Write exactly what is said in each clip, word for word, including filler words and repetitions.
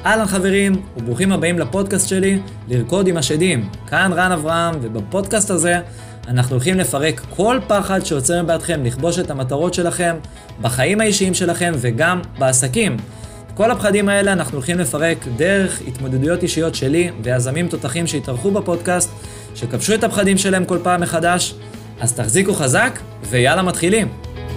אהלן חברים, וברוכים הבאים לפודקאסט שלי, לרקוד עם השדים. כאן רן אברהם, ובפודקאסט הזה אנחנו הולכים לפרק כל פחד שעוצר מבעדכם לכבוש את המטרות שלכם, בחיים האישיים שלכם וגם בעסקים. כל הפחדים האלה אנחנו הולכים לפרק דרך התמודדויות אישיות שלי ויזמים תותחים שהתארחו בפודקאסט, שכבשו את הפחדים שלהם כל פעם מחדש. אז תחזיקו חזק ויאללה מתחילים.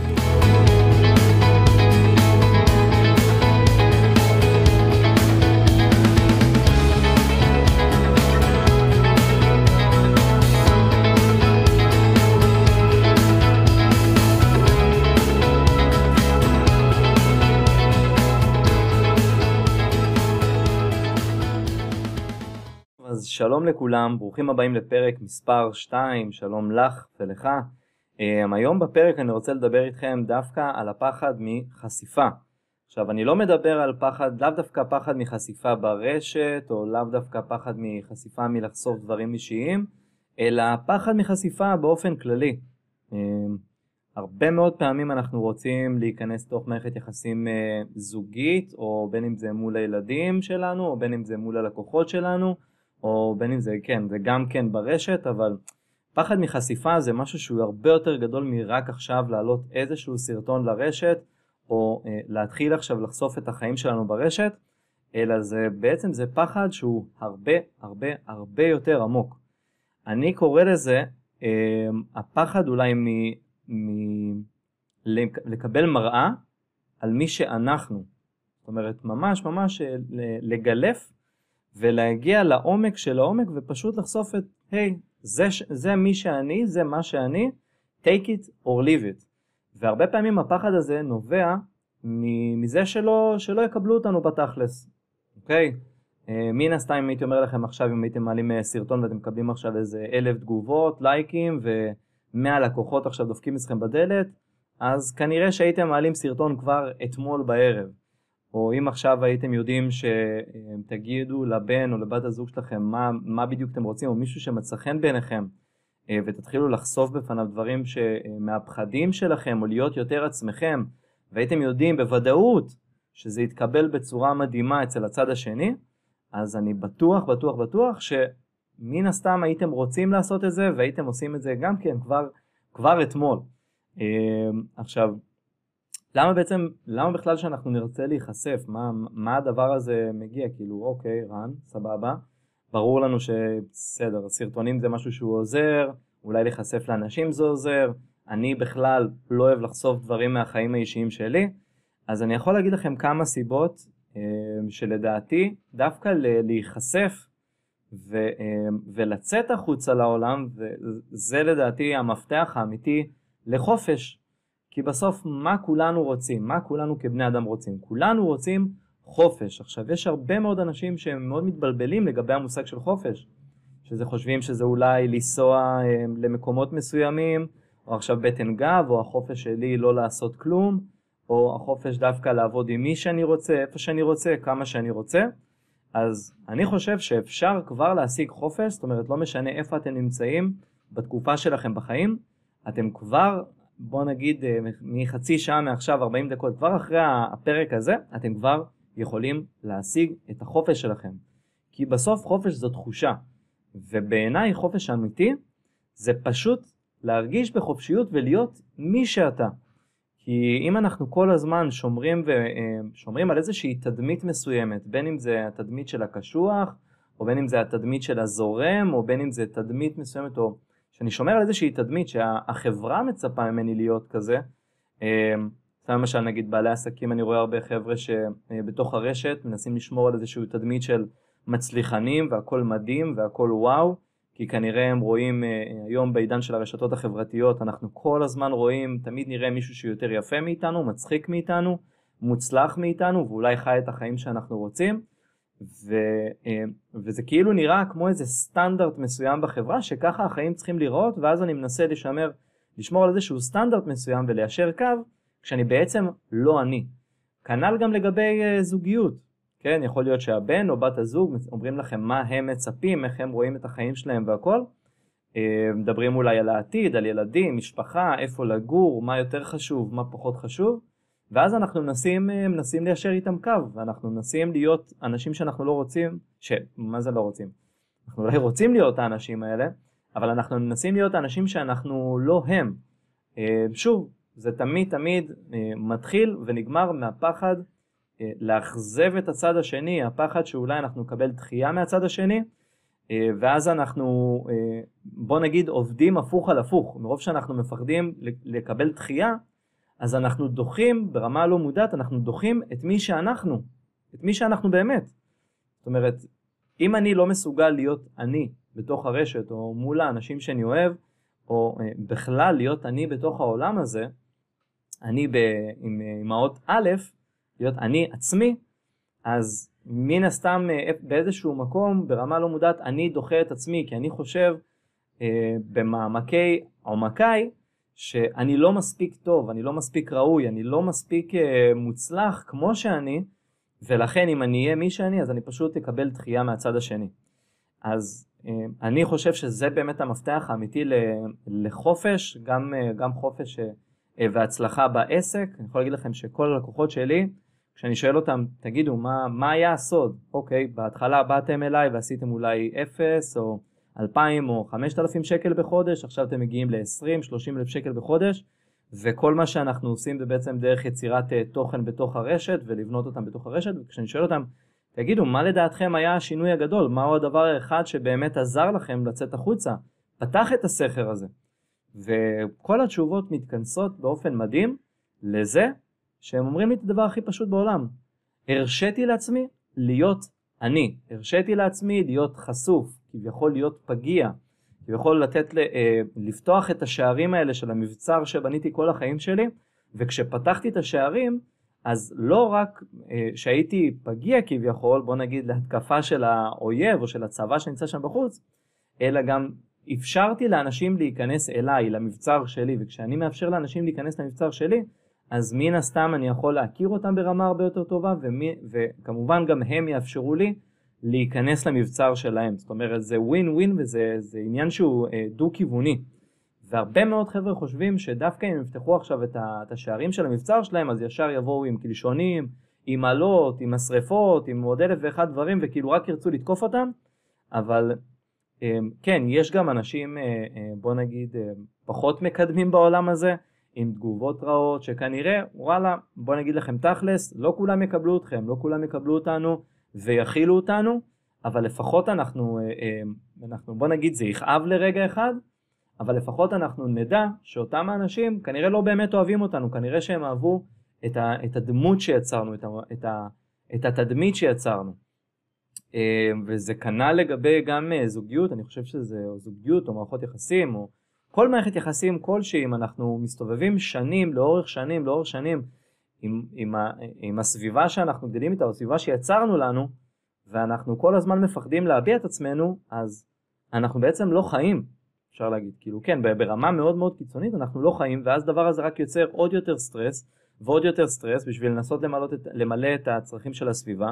אז שלום לכולם, ברוכים הבאים לפרק מספר שתיים, שלום לך ולך. היום בפרק אני רוצה לדבר איתכם דווקא על הפחד מחשיפה. עכשיו אני לא מדבר על פחד, לאו דווקא פחד מחשיפה ברשת, או לאו דווקא פחד מחשיפה מלחשוף דברים אישיים, אלא פחד מחשיפה באופן כללי. הרבה מאוד פעמים אנחנו רוצים להיכנס תוך מערכת יחסים זוגית, או בין אם זה מול הילדים שלנו, או בין אם זה מול הלקוחות שלנו, או בין אם זה כן, זה גם כן ברשת, אבל פחד מחשיפה זה משהו שהוא הרבה יותר גדול מרק עכשיו לעלות איזשהו סרטון לרשת, או אה, להתחיל עכשיו לחשוף את החיים שלנו ברשת, אלא זה בעצם זה פחד שהוא הרבה הרבה הרבה יותר עמוק. אני קורא לזה אה, הפחד אולי מ, מ, לקבל מראה על מי שאנחנו. זאת אומרת ממש ממש לגלף, ולהגיע לעומק של העומק ופשוט לחשוף את, היי, זה, זה מי שאני, זה מה שאני, take it or leave it. והרבה פעמים הפחד הזה נובע מזה שלא, שלא יקבלו אותנו בתכלס. אוקיי? מן הסתם אם הייתי אומר לכם עכשיו, אם הייתם מעלים סרטון ואתם מקבלים עכשיו איזה אלף תגובות, לייקים, ומאה לקוחות עכשיו דופקים אצלכם בדלת, אז כנראה שהייתם מעלים סרטון כבר אתמול בערב. או אם עכשיו הייתם יודעים שתגידו לבן או לבת הזוג שלכם מה, מה בדיוק אתם רוצים, או מישהו שמצא חן בעיניכם, ותתחילו לחשוף בפניו דברים מהפחדים שלכם, או להיות יותר עצמכם, והייתם יודעים בוודאות שזה יתקבל בצורה מדהימה אצל הצד השני, אז אני בטוח, בטוח, בטוח שמן הסתם הייתם רוצים לעשות את זה, והייתם עושים את זה גם כן כבר, כבר אתמול. עכשיו, למה בעצם, למה בכלל שאנחנו נרצה להיחשף? מה, מה הדבר הזה מגיע? כאילו, אוקיי, רן, סבבה. ברור לנו שבסדר, הסרטונים זה משהו שהוא עוזר, אולי להיחשף לאנשים זה עוזר. אני בכלל לא אוהב לחשוף דברים מהחיים האישיים שלי. אז אני יכול להגיד לכם כמה סיבות שלדעתי, דווקא להיחשף ו, ולצאת החוצה לעולם, וזה לדעתי המפתח האמיתי לחופש. כי בסוף מה כולנו רוצים? מה כולנו כבני אדם רוצים? כולנו רוצים חופש. עכשיו יש הרבה מאוד אנשים שהם מאוד מתבלבלים לגבי המושג של חופש. שזה חושבים שזה אולי לנסוע למקומות מסוימים, או עכשיו בטן גב, או החופש שלי לא לעשות כלום, או החופש דווקא לעבוד עם מי שאני רוצה, איפה שאני רוצה, כמה שאני רוצה. אז אני חושב שאפשר כבר להשיג חופש, זאת אומרת לא משנה איפה אתם נמצאים בתקופה שלכם בחיים, אתם כבר, בוא נגיד מחצי שעה מעכשיו ארבעים דקות, כבר אחרי הפרק הזה אתם כבר יכולים להשיג את החופש שלכם. כי בסוף חופש זו תחושה, ובעיניי חופש אמיתי זה פשוט להרגיש בחופשיות ולהיות מי שאתה. כי אם אנחנו כל הזמן שומרים, ושומרים על איזושהי תדמית מסוימת, בין אם זה התדמית של הקשוח, או בין אם זה התדמית של הזורם, או בין אם זה תדמית מסוימת, או שאני שומר על איזושהי תדמית שהחברה מצפה ממני להיות כזה. למשל נגיד בעלי עסקים, אני רואה הרבה חבר'ה שבתוך הרשת מנסים לשמור על איזושהי תדמית של מצליחנים והכל מדהים והכל וואו, כי כנראה הם רואים היום בעידן של הרשתות החברתיות, אנחנו כל הזמן רואים, תמיד נראה מישהו שיותר יפה מאיתנו, מצחיק מאיתנו, מוצלח מאיתנו, ואולי חי את החיים שאנחנו רוצים, ו, וזה כאילו נראה כמו איזה סטנדרט מסוים בחברה, שככה החיים צריכים לראות, ואז אני מנסה לשמר, לשמור על איזשהו סטנדרט מסוים וליישר קו, כשאני בעצם לא אני. כנ"ל גם לגבי זוגיות. כן, יכול להיות שהבן או בת הזוג אומרים לכם מה הם מצפים, איך הם רואים את החיים שלהם והכל. מדברים אולי על העתיד, על ילדים, משפחה, איפה לגור, מה יותר חשוב, מה פחות חשוב. ואז אנחנו מנסים, מנסים ליישר איתם קו, ואנחנו מנסים להיות אנשים שאנחנו לא רוצים, ש... מה זה לא רוצים? אנחנו אולי רוצים להיות האנשים האלה, אבל אנחנו מנסים להיות האנשים שאנחנו לא הם. שוב, זה תמיד תמיד מתחיל ונגמר מהפחד לאכזב את הצד השני, הפחד שאולי אנחנו נקבל דחייה מהצד השני, ואז אנחנו, בוא נגיד, עובדים הפוך על הפוך. מרוב שאנחנו מפחדים לקבל דחייה, אז אנחנו דוחים, ברמה לא מודעת, אנחנו דוחים את מי שאנחנו, את מי שאנחנו באמת. זאת אומרת, אם אני לא מסוגל להיות אני בתוך הרשת, או מול האנשים שאני אוהב, או בכלל להיות אני בתוך העולם הזה, אני ב, עם, עם האות א', להיות אני עצמי, אז מן הסתם באיזשהו מקום, ברמה לא מודעת, אני דוחה את עצמי, כי אני חושב אה, במעמקי עומקי, שאני לא מספיק טוב, אני לא מספיק ראוי, אני לא מספיק אה, מוצלח כמו שאני, ולכן אם אני אהיה מי שאני, אז אני פשוט אקבל דחייה מהצד השני. אז אה, אני חושב שזה באמת המפתח האמיתי לחופש, גם, אה, גם חופש אה, והצלחה בעסק. אני יכול להגיד לכם שכל הלקוחות שלי, כשאני שואל אותם, תגידו, מה, מה היה הסוד? אוקיי, בהתחלה באתם אליי ועשיתם אולי אפס או אלפיים או חמשת אלפים שקל בחודש, עכשיו אתם מגיעים ל-עשרים שלושים אלף שקל בחודש, וכל מה שאנחנו עושים זה בעצם דרך יצירת תוכן בתוך הרשת ולבנות אותם בתוך הרשת. וכשאני שואל אותם, תגידו, מה לדעתכם היה השינוי הגדול? מהו הדבר האחד שבאמת עזר לכם לצאת החוצה? פתח את הסכר הזה. וכל התשובות מתכנסות באופן מדהים לזה שהם אומרים לי את הדבר הכי פשוט בעולם. הרשיתי לעצמי להיות אני. הרשיתי לעצמי להיות חשוף, כביכול להיות פגיע, כביכול לתת, לפתוח את השערים האלה של המבצר שבניתי כל החיים שלי, וכשפתחתי את השערים, אז לא רק שהייתי פגיע כביכול, בוא נגיד להתקפה של האויב או של הצבא שנמצא שם בחוץ, אלא גם אפשרתי לאנשים להיכנס אליי, למבצר שלי, וכשאני מאפשר לאנשים להיכנס למבצר שלי, אז מן הסתם אני יכול להכיר אותם ברמה הרבה יותר טובה, ומי, וכמובן גם הם יאפשרו לי להיכנס למבצר שלהם. זאת אומרת, זה ווין ווין, וזה זה עניין שהוא דו-כיווני. והרבה מאוד חבר'ה חושבים שדווקא אם יפתחו עכשיו את השערים של המבצר שלהם, אז ישר יבואו עם קלשונים, עם עלות, עם השריפות, עם עוד אלף ואחד דברים, וכאילו רק ירצו לתקוף אותם. אבל כן, יש גם אנשים, בוא נגיד, פחות מקדמים בעולם הזה, עם תגובות רעות, שכנראה, וואלה, בוא נגיד לכם תכלס, לא כולם יקבלו אתכם, לא כולם יקבלו אותנו ויכילו אותנו, אבל לפחות אנחנו, אנחנו בוא נגיד, זה יכאב לרגע אחד, אבל לפחות אנחנו נדע שאותם האנשים כנראה לא באמת אוהבים אותנו, כנראה שהם אהבו את, ה, את הדמות שיצרנו, את, ה, את, ה, את התדמית שיצרנו. וזה כנ"ל לגבי גם זוגיות, אני חושב שזה או זוגיות או מערכות יחסים, או כל מערכת יחסים כלשהי, אם אנחנו מסתובבים שנים, לאורך שנים, לאורך שנים, עם, עם, ה, עם הסביבה שאנחנו גדלים איתה, או הסביבה שיצרנו לנו, ואנחנו כל הזמן מפחדים להביע את עצמנו, אז אנחנו בעצם לא חיים, אפשר להגיד. כאילו כן, ברמה מאוד מאוד קיצונית אנחנו לא חיים, ואז דבר הזה רק יוצר עוד יותר סטרס, ועוד יותר סטרס, בשביל לנסות למלא את, למלא את הצרכים של הסביבה.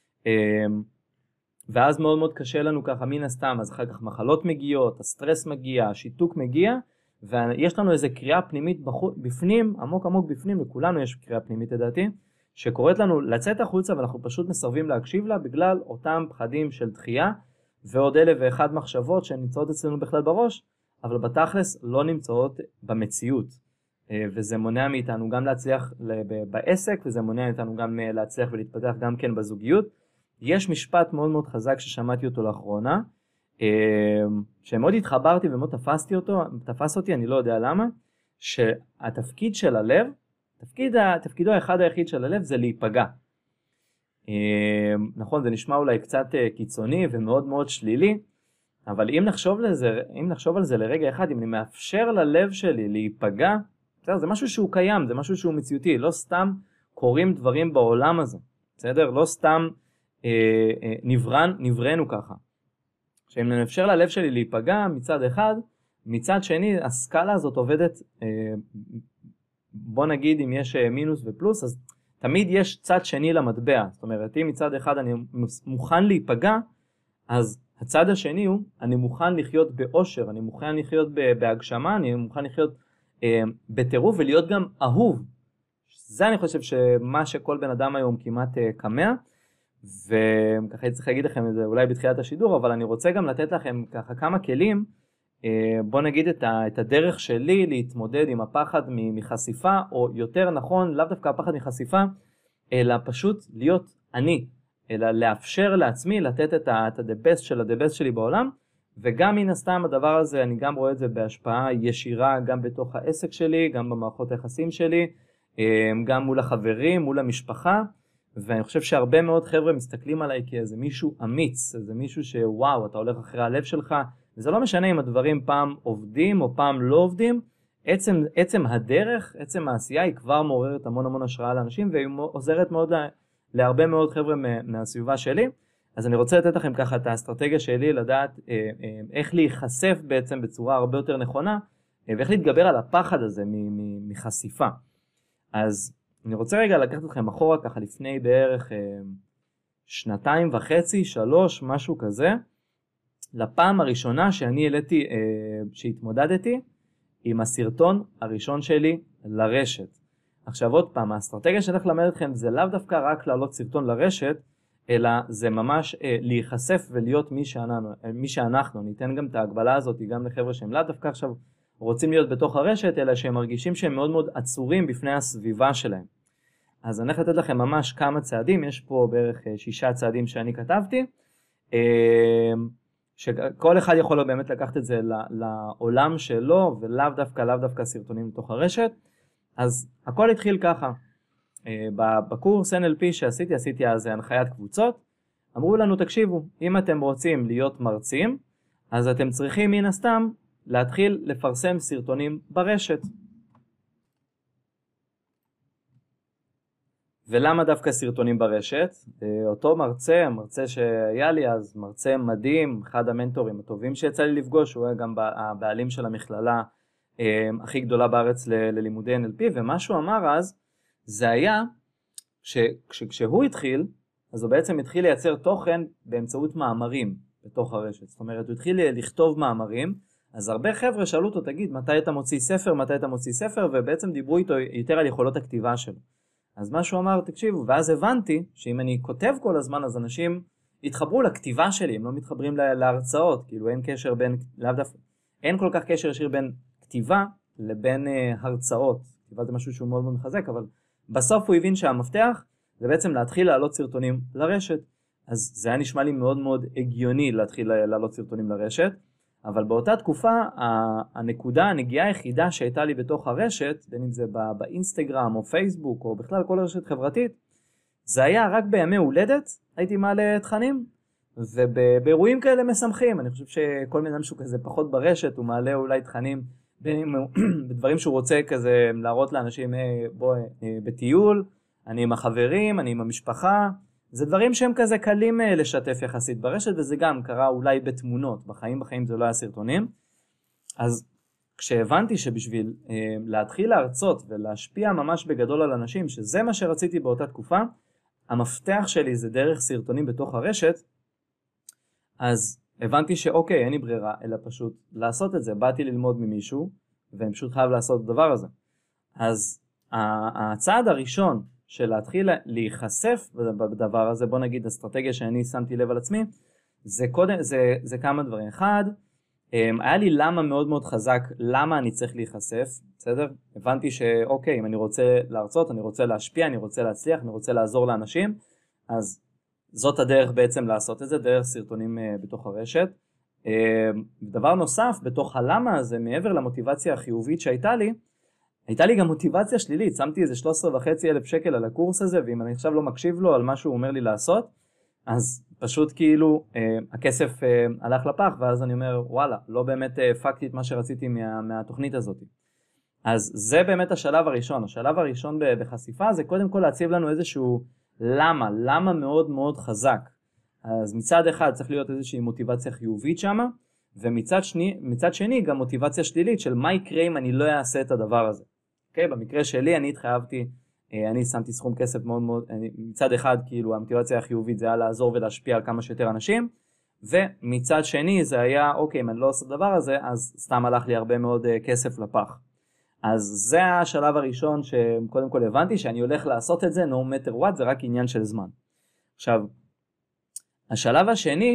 ואז מאוד מאוד קשה לנו ככה מן הסתם, אז אחר כך מחלות מגיעות, הסטרס מגיע, השיתוק מגיע, ויש לנו איזו קריאה פנימית בפנים, עמוק עמוק בפנים, לכולנו יש קריאה פנימית לדעתי, שקוראת לנו לצאת החוצה, ואנחנו פשוט מסרבים להקשיב לה, בגלל אותם פחדים של דחייה, ועוד אלף ואחד מחשבות שנמצאות אצלנו בכלל בראש, אבל בתכלס לא נמצאות במציאות, וזה מונע מאיתנו גם להצליח בעסק, וזה מונע מאיתנו גם להצליח ולהתפתח גם כן בזוגיות. יש משפט מאוד מאוד חזק ששמעתי אותו לאחרונה, שמאוד התחברתי ומאוד תפסתי אותו, תפס אותי, אני לא יודע למה, שהתפקיד של הלב, תפקיד, תפקידו האחד היחיד של הלב זה להיפגע. נכון, זה נשמע אולי קצת קיצוני ומאוד מאוד שלילי, אבל אם נחשוב לזה, אם נחשוב על זה לרגע אחד, אם אני מאפשר ללב שלי להיפגע, זה משהו שהוא קיים, זה משהו שהוא מציאותי, לא סתם קורים דברים בעולם הזה, בסדר? לא סתם אה, אה, נברן, נברנו ככה. שאם נאפשר ללב שלי להיפגע מצד אחד, מצד שני הסקאלה הזאת עובדת, אה, בוא נגיד אם יש מינוס ופלוס, אז תמיד יש צד שני למטבע. זאת אומרת, אם מצד אחד אני מוכן להיפגע, אז הצד השני הוא, אני מוכן לחיות באושר, אני מוכן לחיות בהגשמה, אני מוכן לחיות אה, בטירוף ולהיות גם אהוב. זה אני חושב שמה שכל בן אדם היום כמעט קמע, וככה הייתי צריך להגיד לכם את זה אולי בתחילת השידור, אבל אני רוצה גם לתת לכם ככה כמה כלים, בוא נגיד את, ה, את הדרך שלי להתמודד עם הפחד מחשיפה, או יותר נכון, לאו דווקא הפחד מחשיפה, אלא פשוט להיות אני, אלא לאפשר לעצמי לתת את ה-the best של ה-the best שלי בעולם, וגם מן הסתם הדבר הזה, אני גם רואה את זה בהשפעה ישירה, גם בתוך העסק שלי, גם במערכות היחסים שלי, גם מול החברים, מול המשפחה, ואני חושב שהרבה מאוד חבר'ה מסתכלים עליי כאיזה מישהו אמיץ, איזה מישהו שוואו, אתה הולך אחרי הלב שלך, וזה לא משנה אם הדברים פעם עובדים או פעם לא עובדים, עצם, עצם הדרך, עצם העשייה היא כבר מעוררת המון המון השראה לאנשים, והיא עוזרת מאוד לה, להרבה מאוד חבר'ה מהסביבה שלי. אז אני רוצה לתת לכם ככה את האסטרטגיה שלי, לדעת אה, אה, איך להיחשף בעצם בצורה הרבה יותר נכונה, אה, ואיך להתגבר על הפחד הזה מחשיפה. אז אני רוצה רגע לקחת אתכם אחורה ככה לפני בערך אה, שנתיים וחצי, שלוש, משהו כזה, לפעם הראשונה שאני העליתי, אה, שהתמודדתי עם הסרטון הראשון שלי לרשת. עכשיו עוד פעם, האסטרטגיה שאני הולך ללמד אתכם זה לאו דווקא רק להעלות סרטון לרשת, אלא זה ממש אה, להיחשף ולהיות מי שאנחנו, מי שאנחנו. ניתן גם את ההגבלה הזאת גם לחבר'ה שהם לאו דווקא עכשיו רוצים להיות בתוך הרשת, אלא שהם מרגישים שהם מאוד מאוד עצורים בפני הסביבה שלהם. אז אני הולך לתת לכם ממש כמה צעדים, יש פה בערך שישה צעדים שאני כתבתי, אה, שכל אחד יכול באמת לקחת את זה לעולם שלו, ולאו דווקא, לאו דווקא סרטונים לתוך הרשת. אז הכל התחיל ככה. בקורס אן אל פי שעשיתי, עשיתי אז הנחיית קבוצות, אמרו לנו תקשיבו, אם אתם רוצים להיות מרצים, אז אתם צריכים מן הסתם להתחיל לפרסם סרטונים ברשת. ולמה דווקא סרטונים ברשת? אותו מרצה, מרצה שהיה לי אז, מרצה מדהים, אחד המנטורים הטובים שיצא לי לפגוש, הוא היה גם הבעלים של המכללה הכי גדולה בארץ ללימודי אן אל פי, ומה שהוא אמר אז, זה היה, כשהוא התחיל, אז הוא בעצם התחיל לייצר תוכן באמצעות מאמרים בתוך הרשת. זאת אומרת, הוא התחיל לכתוב מאמרים, אז הרבה חבר'ה שאלו אותו, תגיד, מתי אתה מוציא ספר, מתי אתה מוציא ספר, ובעצם דיברו איתו יותר על יכולות הכתיבה שלו. אז מה שהוא אמר, תקשיבו, ואז הבנתי שאם אני כותב כל הזמן, אז אנשים יתחברו לכתיבה שלי, הם לא מתחברים להרצאות, כאילו אין קשר בין, לאו דווקא, אין כל כך קשר ישיר בין כתיבה לבין uh, הרצאות. כתיבה זה משהו שהוא מאוד מאוד מחזק, אבל בסוף הוא הבין שהמפתח זה בעצם להתחיל לעלות סרטונים לרשת. אז זה היה נשמע לי מאוד מאוד הגיוני להתחיל לעלות סרטונים לרשת, אבל באותה תקופה הנקודה, הנגיעה היחידה שהייתה לי בתוך הרשת, בין אם זה באינסטגרם או פייסבוק או בכלל כל רשת חברתית, זה היה רק בימי הולדת, הייתי מעלה תכנים, ובאירועים כאלה משמחים. אני חושב שכל מיני משהו כזה פחות ברשת, הוא מעלה אולי תכנים, בין אם בדברים שהוא רוצה כזה להראות לאנשים, בוא, בטיול, אני עם החברים, אני עם המשפחה, זה דברים שהם כזה קלים לשתף יחסית ברשת, וזה גם קרה אולי בתמונות, בחיים בחיים זה לא היה סרטונים. אז כשהבנתי שבשביל אה, להתחיל להרצות ולהשפיע ממש בגדול על אנשים, שזה מה שרציתי באותה תקופה, המפתח שלי זה דרך סרטונים בתוך הרשת, אז הבנתי שאוקיי, אין לי ברירה, אלא פשוט לעשות את זה. באתי ללמוד ממישהו, ואני פשוט חייב לעשות את הדבר הזה. אז הצעד הראשון של להתחיל להיחשף בדבר הזה, בוא נגיד אסטרטגיה שאני שמתי לב על עצמי, זה, קודם, זה, זה כמה דברים. אחד, היה לי למה מאוד מאוד חזק, למה אני צריך להיחשף, בסדר? הבנתי שאוקיי, אם אני רוצה להרצות, אני רוצה להשפיע, אני רוצה להצליח, אני רוצה לעזור לאנשים, אז זאת הדרך בעצם לעשות את זה, דרך סרטונים בתוך הרשת. דבר נוסף, בתוך הלמה הזה, מעבר למוטיבציה החיובית שהייתה לי, הייתה לי גם מוטיבציה שלילית. שמתי איזה שלוש עשרה וחצי אלף שקל על הקורס הזה, ואם אני עכשיו לא מקשיב לו על מה שהוא אומר לי לעשות, אז פשוט כאילו אה, הכסף אה, הלך לפח, ואז אני אומר, וואלה, לא באמת הפקתי את מה שרציתי מה, מהתוכנית הזאת. אז זה באמת השלב הראשון. השלב הראשון בחשיפה זה קודם כל להציב לנו איזשהו למה, למה מאוד מאוד חזק. אז מצד אחד צריך להיות איזושהי מוטיבציה חיובית שמה, ומצד שני, מצד שני גם מוטיבציה שלילית של מה יקרה אם אני לא אעשה את הדבר הזה. אוקיי? במקרה שלי אני התחייבתי, אני שמתי סכום כסף מאוד מאוד, מצד אחד כאילו המוטיבציה החיובית זה היה לעזור ולהשפיע על כמה שיותר אנשים, ומצד שני זה היה, אוקיי, אם אני לא עושה את הדבר הזה, אז סתם הלך לי הרבה מאוד כסף לפח. אז זה השלב הראשון שקודם כל הבנתי שאני הולך לעשות את זה, no matter what, זה רק עניין של זמן. עכשיו, השלב השני,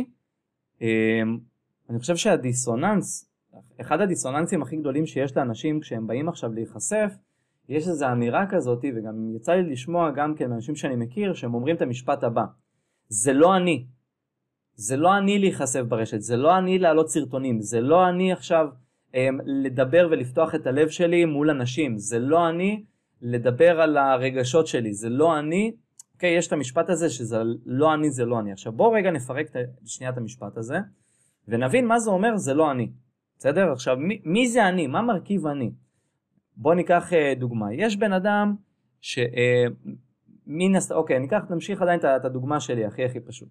אני חושב שהדיסוננס, אחד הדיסוננסים הכי גדולים שיש לאנשים כשהם באים עכשיו להיחשף, יש איזו אמירה כזאת, וגם יצא לי לשמוע גם כן מאנשים שאני מכיר, שהם אומרים את המשפט הבא, זה לא אני, זה לא אני להיחשף ברשת, זה לא אני להעלות סרטונים, זה לא אני עכשיו לדבר ולפתוח את הלב שלי מול אנשים, זה לא אני לדבר על הרגשות שלי, זה לא אני, אוקיי, יש את המשפט הזה שזה לא אני, זה לא אני. עכשיו בואו רגע נפרק שנייה את המשפט הזה, ונבין מה זה אומר זה לא אני. בסדר? עכשיו מי, מי זה אני? מה מרכיב אני? בואו ניקח דוגמה. יש בן אדם ש... מן הסתם, אוקיי, ניקח, נמשיך עדיין את הדוגמה שלי, הכי הכי פשוט.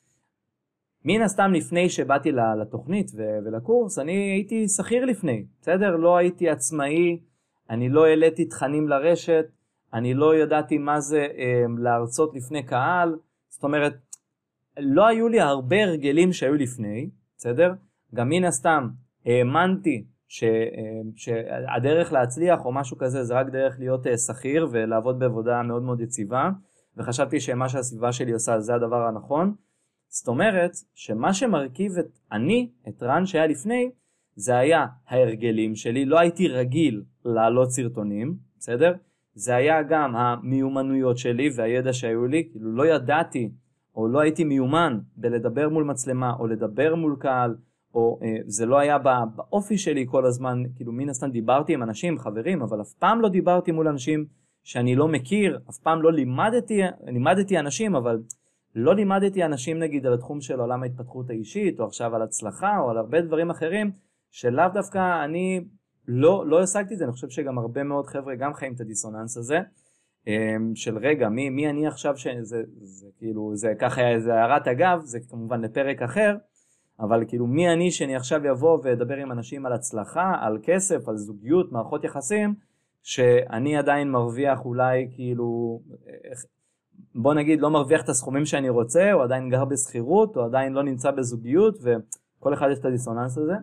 מן הסתם לפני שבאתי לתוכנית ולקורס, אני הייתי שכיר לפני, בסדר? לא הייתי עצמאי, אני לא העליתי תכנים לרשת, אני לא ידעתי מה זה אה, להרצות לפני קהל, זאת אומרת, לא היו לי הרבה הרגלים שהיו לפני, בסדר? גם מן הסתם האמנתי ש, אה, שהדרך להצליח או משהו כזה זה רק דרך להיות אה, שכיר ולעבוד בעבודה מאוד מאוד יציבה, וחשבתי שמה שהסביבה שלי עושה זה הדבר הנכון. זאת אומרת שמה שמרכיב את אני, את רן שהיה לפני, זה היה ההרגלים שלי, לא הייתי רגיל לעלות סרטונים, בסדר? זה היה גם המיומנויות שלי והידע שהיו לי, כאילו לא ידעתי או לא הייתי מיומן בלדבר מול מצלמה או לדבר מול קהל, או אה, זה לא היה באופי שלי כל הזמן, כאילו מן הסתם דיברתי עם אנשים, חברים, אבל אף פעם לא דיברתי מול אנשים שאני לא מכיר, אף פעם לא לימדתי, לימדתי אנשים, אבל לא לימדתי אנשים נגיד על התחום של עולם ההתפתחות האישית, או עכשיו על הצלחה, או על הרבה דברים אחרים, שלאו דווקא אני לא, לא השגתי את זה. אני חושב שגם הרבה מאוד חבר'ה גם חיים את הדיסוננס הזה, של רגע, מי, מי אני עכשיו, שזה, זה כאילו, זה ככה, זה הערת אגב, זה כמובן לפרק אחר, אבל כאילו מי אני שאני עכשיו יבוא ואדבר עם אנשים על הצלחה, על כסף, על זוגיות, מערכות יחסים, שאני עדיין מרוויח אולי כאילו, בוא נגיד לא מרוויח את הסכומים שאני רוצה, או עדיין גר בסחירות, או עדיין לא נמצא בזוגיות, וכל אחד יש את הדיסוננס הזה.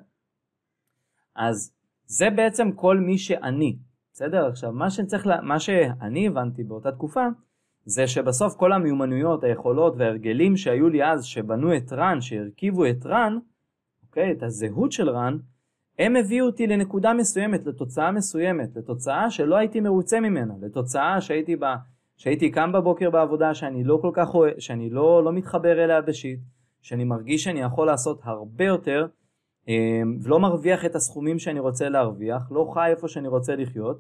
אז זה בעצם כל מי שאני, בסדר? עכשיו מה שצריך, מה שאני הבנתי באותה תקופה, זה שבסוף כל המיומנויות, היכולות וההרגלים שהיו לי אז, שבנו את רן, שהרכיבו את רן, אוקיי, את הזהות של רן, הם הביאו אותי לנקודה מסוימת, לתוצאה מסוימת, לתוצאה שלא הייתי מרוצה ממנה, לתוצאה שהייתי בה, שהייתי קם בבוקר בעבודה שאני לא כל כך אוהב, שאני לא, לא מתחבר אליה בשיט, שאני מרגיש שאני יכול לעשות הרבה יותר, ולא מרוויח את הסכומים שאני רוצה להרוויח, לא חי איפה שאני רוצה לחיות,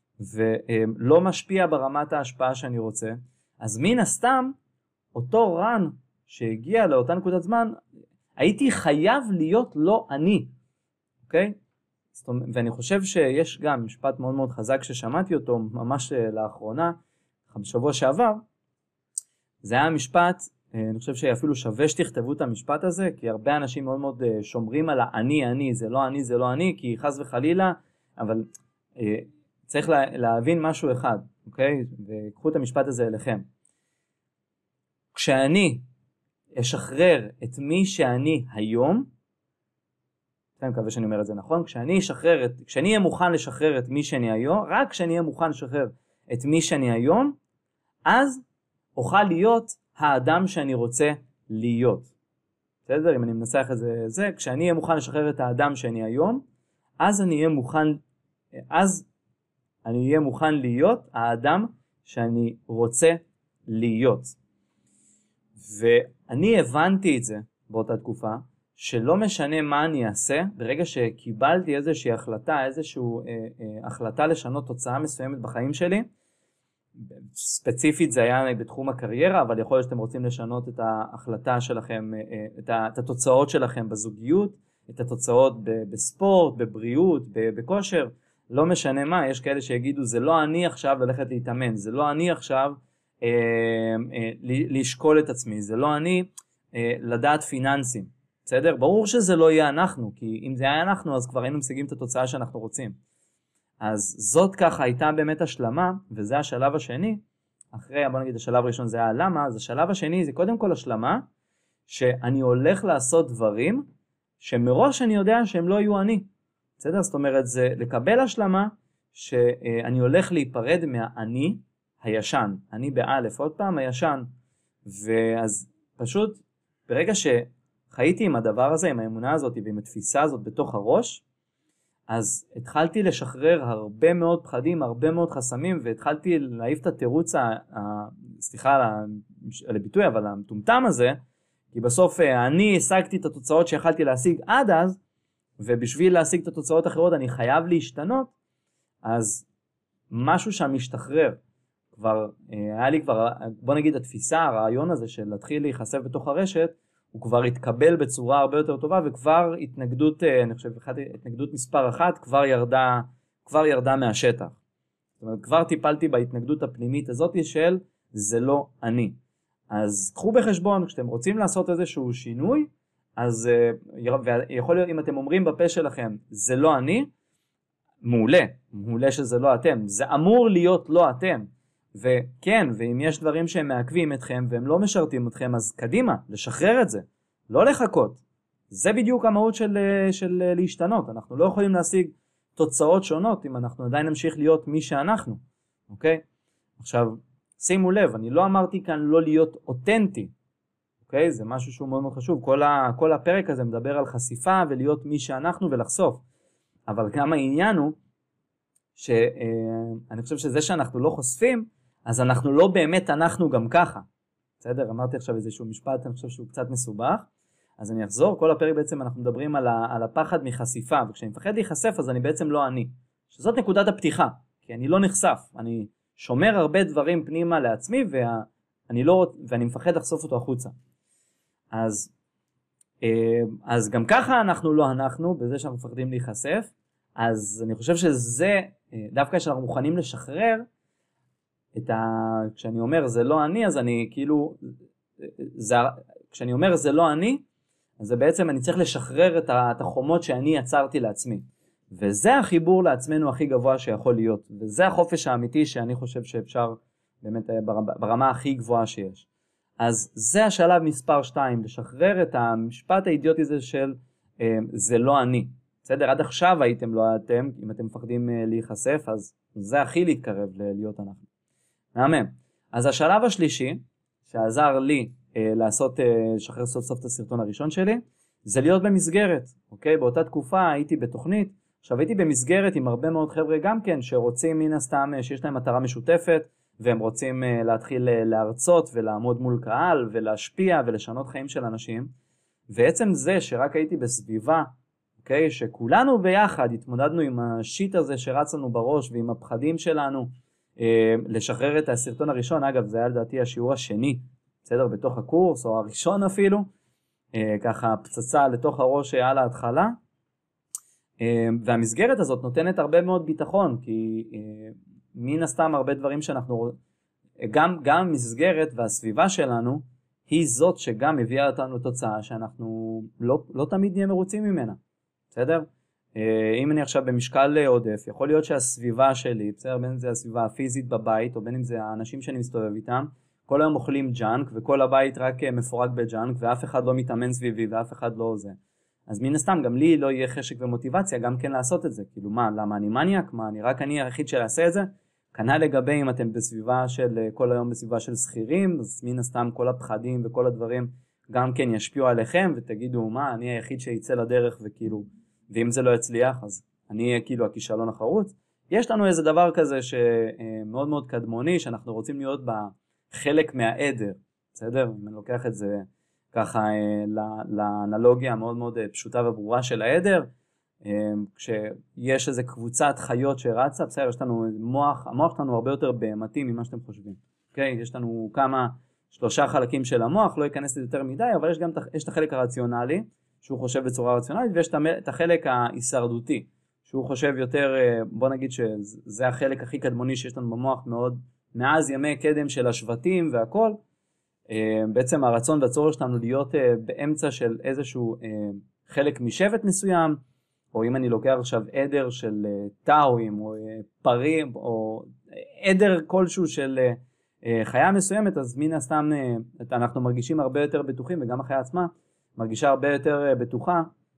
ולא משפיע ברמת ההשפעה שאני רוצה. אז מן הסתם, אותו רן שהגיע לאותה נקודת זמן, הייתי חייב להיות לא אני, אוקיי? ואני חושב שיש גם משפט מאוד מאוד חזק ששמעתי אותו ממש לאחרונה, בשבוע שעבר, זה היה משפט, אני חושב שאפילו שווה שתכתבו את המשפט הזה, כי הרבה אנשים מאוד מאוד שומרים על האני, אני, זה לא אני, זה לא אני, כי חס וחלילה, אבל צריך להבין משהו אחד, אוקיי? וקחו את המשפט הזה אליכם. כשאני אשחרר את מי שאני היום, אני מקווה שאני אומר את זה נכון, כשאני אשחרר את, כשאני אהיה מוכן לשחרר את מי שאני היום, רק כשאני אהיה מוכן לשחרר את מי שאני היום, אז אוכל להיות האדם שאני רוצה להיות. בסדר? אם אני מנסח את זה, זה, כשאני אהיה מוכן לשחרר את האדם שאני היום, אז אני אהיה מוכן, אז אני אהיה מוכן להיות האדם שאני רוצה להיות. ואני הבנתי את זה באותה תקופה, שלא משנה מה אני אעשה, ברגע שקיבלתי איזושהי החלטה, איזושהי אה, אה, החלטה לשנות תוצאה מסוימת בחיים שלי, ספציפית זה היה בתחום הקריירה, אבל יכול להיות שאתם רוצים לשנות את ההחלטה שלכם, את, ה, את התוצאות שלכם בזוגיות, את התוצאות ב, בספורט, בבריאות, ב, בכושר, לא משנה מה. יש כאלה שיגידו זה לא אני עכשיו ללכת להתאמן, זה לא אני עכשיו אה, אה, לשקול את עצמי, זה לא אני אה, לדעת פיננסים, בסדר? ברור שזה לא יהיה אנחנו, כי אם זה היה אנחנו אז כבר היינו משיגים את התוצאה שאנחנו רוצים. אז זאת ככה הייתה באמת השלמה, וזה השלב השני, אחרי, בוא נגיד השלב הראשון זה היה למה, אז השלב השני זה קודם כל השלמה, שאני הולך לעשות דברים, שמראש אני יודע שהם לא יהיו אני, בסדר? זאת אומרת זה לקבל השלמה, שאני הולך להיפרד מהאני הישן, אני באלף, עוד פעם הישן, ואז פשוט ברגע שחייתי עם הדבר הזה, עם האמונה הזאת ועם התפיסה הזאת בתוך הראש, אז התחלתי לשחרר הרבה מאוד פחדים, הרבה מאוד חסמים, והתחלתי להעיף את התירוץ, ה... סליחה על הביטוי, אבל המטומטם הזה, כי בסוף אני השגתי את התוצאות שיכלתי להשיג עד אז, ובשביל להשיג את התוצאות האחרות אני חייב להשתנות, אז משהו שם משתחרר. כבר היה לי כבר, בוא נגיד התפיסה, הרעיון הזה של להתחיל להיחשף בתוך הרשת, הוא כבר התקבל בצורה הרבה יותר טובה, וכבר התנגדות, אני חושב, התנגדות מספר אחת כבר ירדה, כבר ירדה מהשטח. זאת אומרת, כבר טיפלתי בהתנגדות הפנימית הזאת של זה לא אני. אז קחו בחשבון, כשאתם רוצים לעשות איזשהו שינוי, אז יכול להיות, אם אתם אומרים בפה שלכם, זה לא אני, מעולה, מעולה שזה לא אתם. זה אמור להיות לא אתם. וכן, ואם יש דברים שהם מעכבים אתכם והם לא משרתים אתכם, אז קדימה, לשחרר את זה, לא לחכות. זה בדיוק המהות של, של להשתנות. אנחנו לא יכולים להשיג תוצאות שונות אם אנחנו עדיין נמשיך להיות מי שאנחנו, אוקיי? עכשיו, שימו לב, אני לא אמרתי כאן לא להיות אותנטי, אוקיי? זה משהו שהוא מאוד מאוד חשוב. כל, ה, כל הפרק הזה מדבר על חשיפה ולהיות מי שאנחנו ולחשוף. אבל גם העניין הוא שאני חושב שזה שאנחנו לא חושפים, אז אנחנו לא באמת אנחנו גם ככה. בסדר? אמרתי עכשיו איזשהו משפט, אני חושב שהוא קצת מסובך. אז אני אחזור, כל הפרק בעצם אנחנו מדברים על, ה, על הפחד מחשיפה, וכשאני מפחד להיחשף אז אני בעצם לא אני. שזאת נקודת הפתיחה, כי אני לא נחשף, אני שומר הרבה דברים פנימה לעצמי, ואני, לא, ואני מפחד לחשוף אותו החוצה. אז, אז גם ככה אנחנו לא אנחנו, בזה שאנחנו מפחדים להיחשף, אז אני חושב שזה, דווקא כשאנחנו מוכנים לשחרר, את ה... כשאני אומר זה לא אני, אז אני כאילו, זה... כשאני אומר זה לא אני, אז זה בעצם אני צריך לשחרר את החומות שאני יצרתי לעצמי. וזה החיבור לעצמנו הכי גבוה שיכול להיות. וזה החופש האמיתי שאני חושב שאפשר באמת ברמה הכי גבוהה שיש. אז זה השלב מספר שתיים, לשחרר את המשפט האידיוטי הזה של זה לא אני. בסדר? עד עכשיו הייתם לא אתם, אם אתם מפחדים להיחשף, אז זה הכי להתקרב להיות אנחנו. מהמם. אז השלב השלישי, שעזר לי אה, לעשות, אה, לשחרר סוף סוף את הסרטון הראשון שלי, זה להיות במסגרת. אוקיי? באותה תקופה הייתי בתוכנית, עכשיו הייתי במסגרת עם הרבה מאוד חבר'ה גם כן, שרוצים מן הסתם, שיש להם מטרה משותפת, והם רוצים אה, להתחיל אה, להרצות ולעמוד מול קהל, ולהשפיע ולשנות חיים של אנשים. ועצם זה שרק הייתי בסביבה, אוקיי? שכולנו ביחד התמודדנו עם השיט הזה שרץ לנו בראש, ועם הפחדים שלנו, לשחרר את הסרטון הראשון. אגב, זה היה לדעתי השיעור השני, בסדר, בתוך הקורס, או הראשון אפילו, ככה פצצה לתוך הראש על ההתחלה, והמסגרת הזאת נותנת הרבה מאוד ביטחון, כי מן הסתם הרבה דברים שאנחנו, גם, גם מסגרת והסביבה שלנו, היא זאת שגם הביאה אותנו תוצאה שאנחנו לא, לא תמיד נהיה מרוצים ממנה, בסדר? אם אני עכשיו במשקל עודף, יכול להיות שהסביבה שלי, בסדר, בין אם זה הסביבה הפיזית בבית, או בין אם זה האנשים שאני מסתובב איתם, כל היום אוכלים ג'אנק, וכל הבית רק מפורק בג'אנק, ואף אחד לא מתאמן סביבי, ואף אחד לא זה. אז מן הסתם, גם לי לא יהיה חשק ומוטיבציה גם כן לעשות את זה. כאילו מה, למה אני מניאק? מה, אני רק אני היחיד שיעשה את זה? כנ"ל לגבי אם אתם בסביבה של, כל היום בסביבה של שכירים, אז מן הסתם כל הפחדים וכל הדברים גם כן ישפיעו עליכם, ותגידו מה, אני היחיד שיצא לדרך, וכאילו, ואם זה לא יצליח, אז אני אהיה כאילו הכישלון החרוץ. יש לנו איזה דבר כזה שמאוד מאוד קדמוני, שאנחנו רוצים להיות בחלק מהעדר, בסדר? אני לוקח את זה ככה לאנלוגיה המאוד מאוד פשוטה וברורה של העדר, כשיש איזה קבוצת חיות שרצה, בסדר, יש לנו מוח, המוח שלנו הרבה יותר בהמתי ממה שאתם חושבים, אוקיי? יש לנו כמה, שלושה חלקים של המוח, לא ייכנס לזה יותר מדי, אבל יש גם יש את החלק הרציונלי, שהוא חושב בצורה רציונלית, ויש את החלק ההישרדותי, שהוא חושב יותר, בוא נגיד שזה החלק הכי קדמוני שיש לנו במוח מאוד, מאז ימי קדם של השבטים והכל, בעצם הרצון והצורך שלנו להיות באמצע של איזשהו חלק משבט מסוים, או אם אני לוקח עכשיו עדר של טאואים, או פרים, או עדר כלשהו של חיה מסוימת, אז מן הסתם אנחנו מרגישים הרבה יותר בטוחים, וגם החיה עצמה מרגישה הרבה יותר בטוחה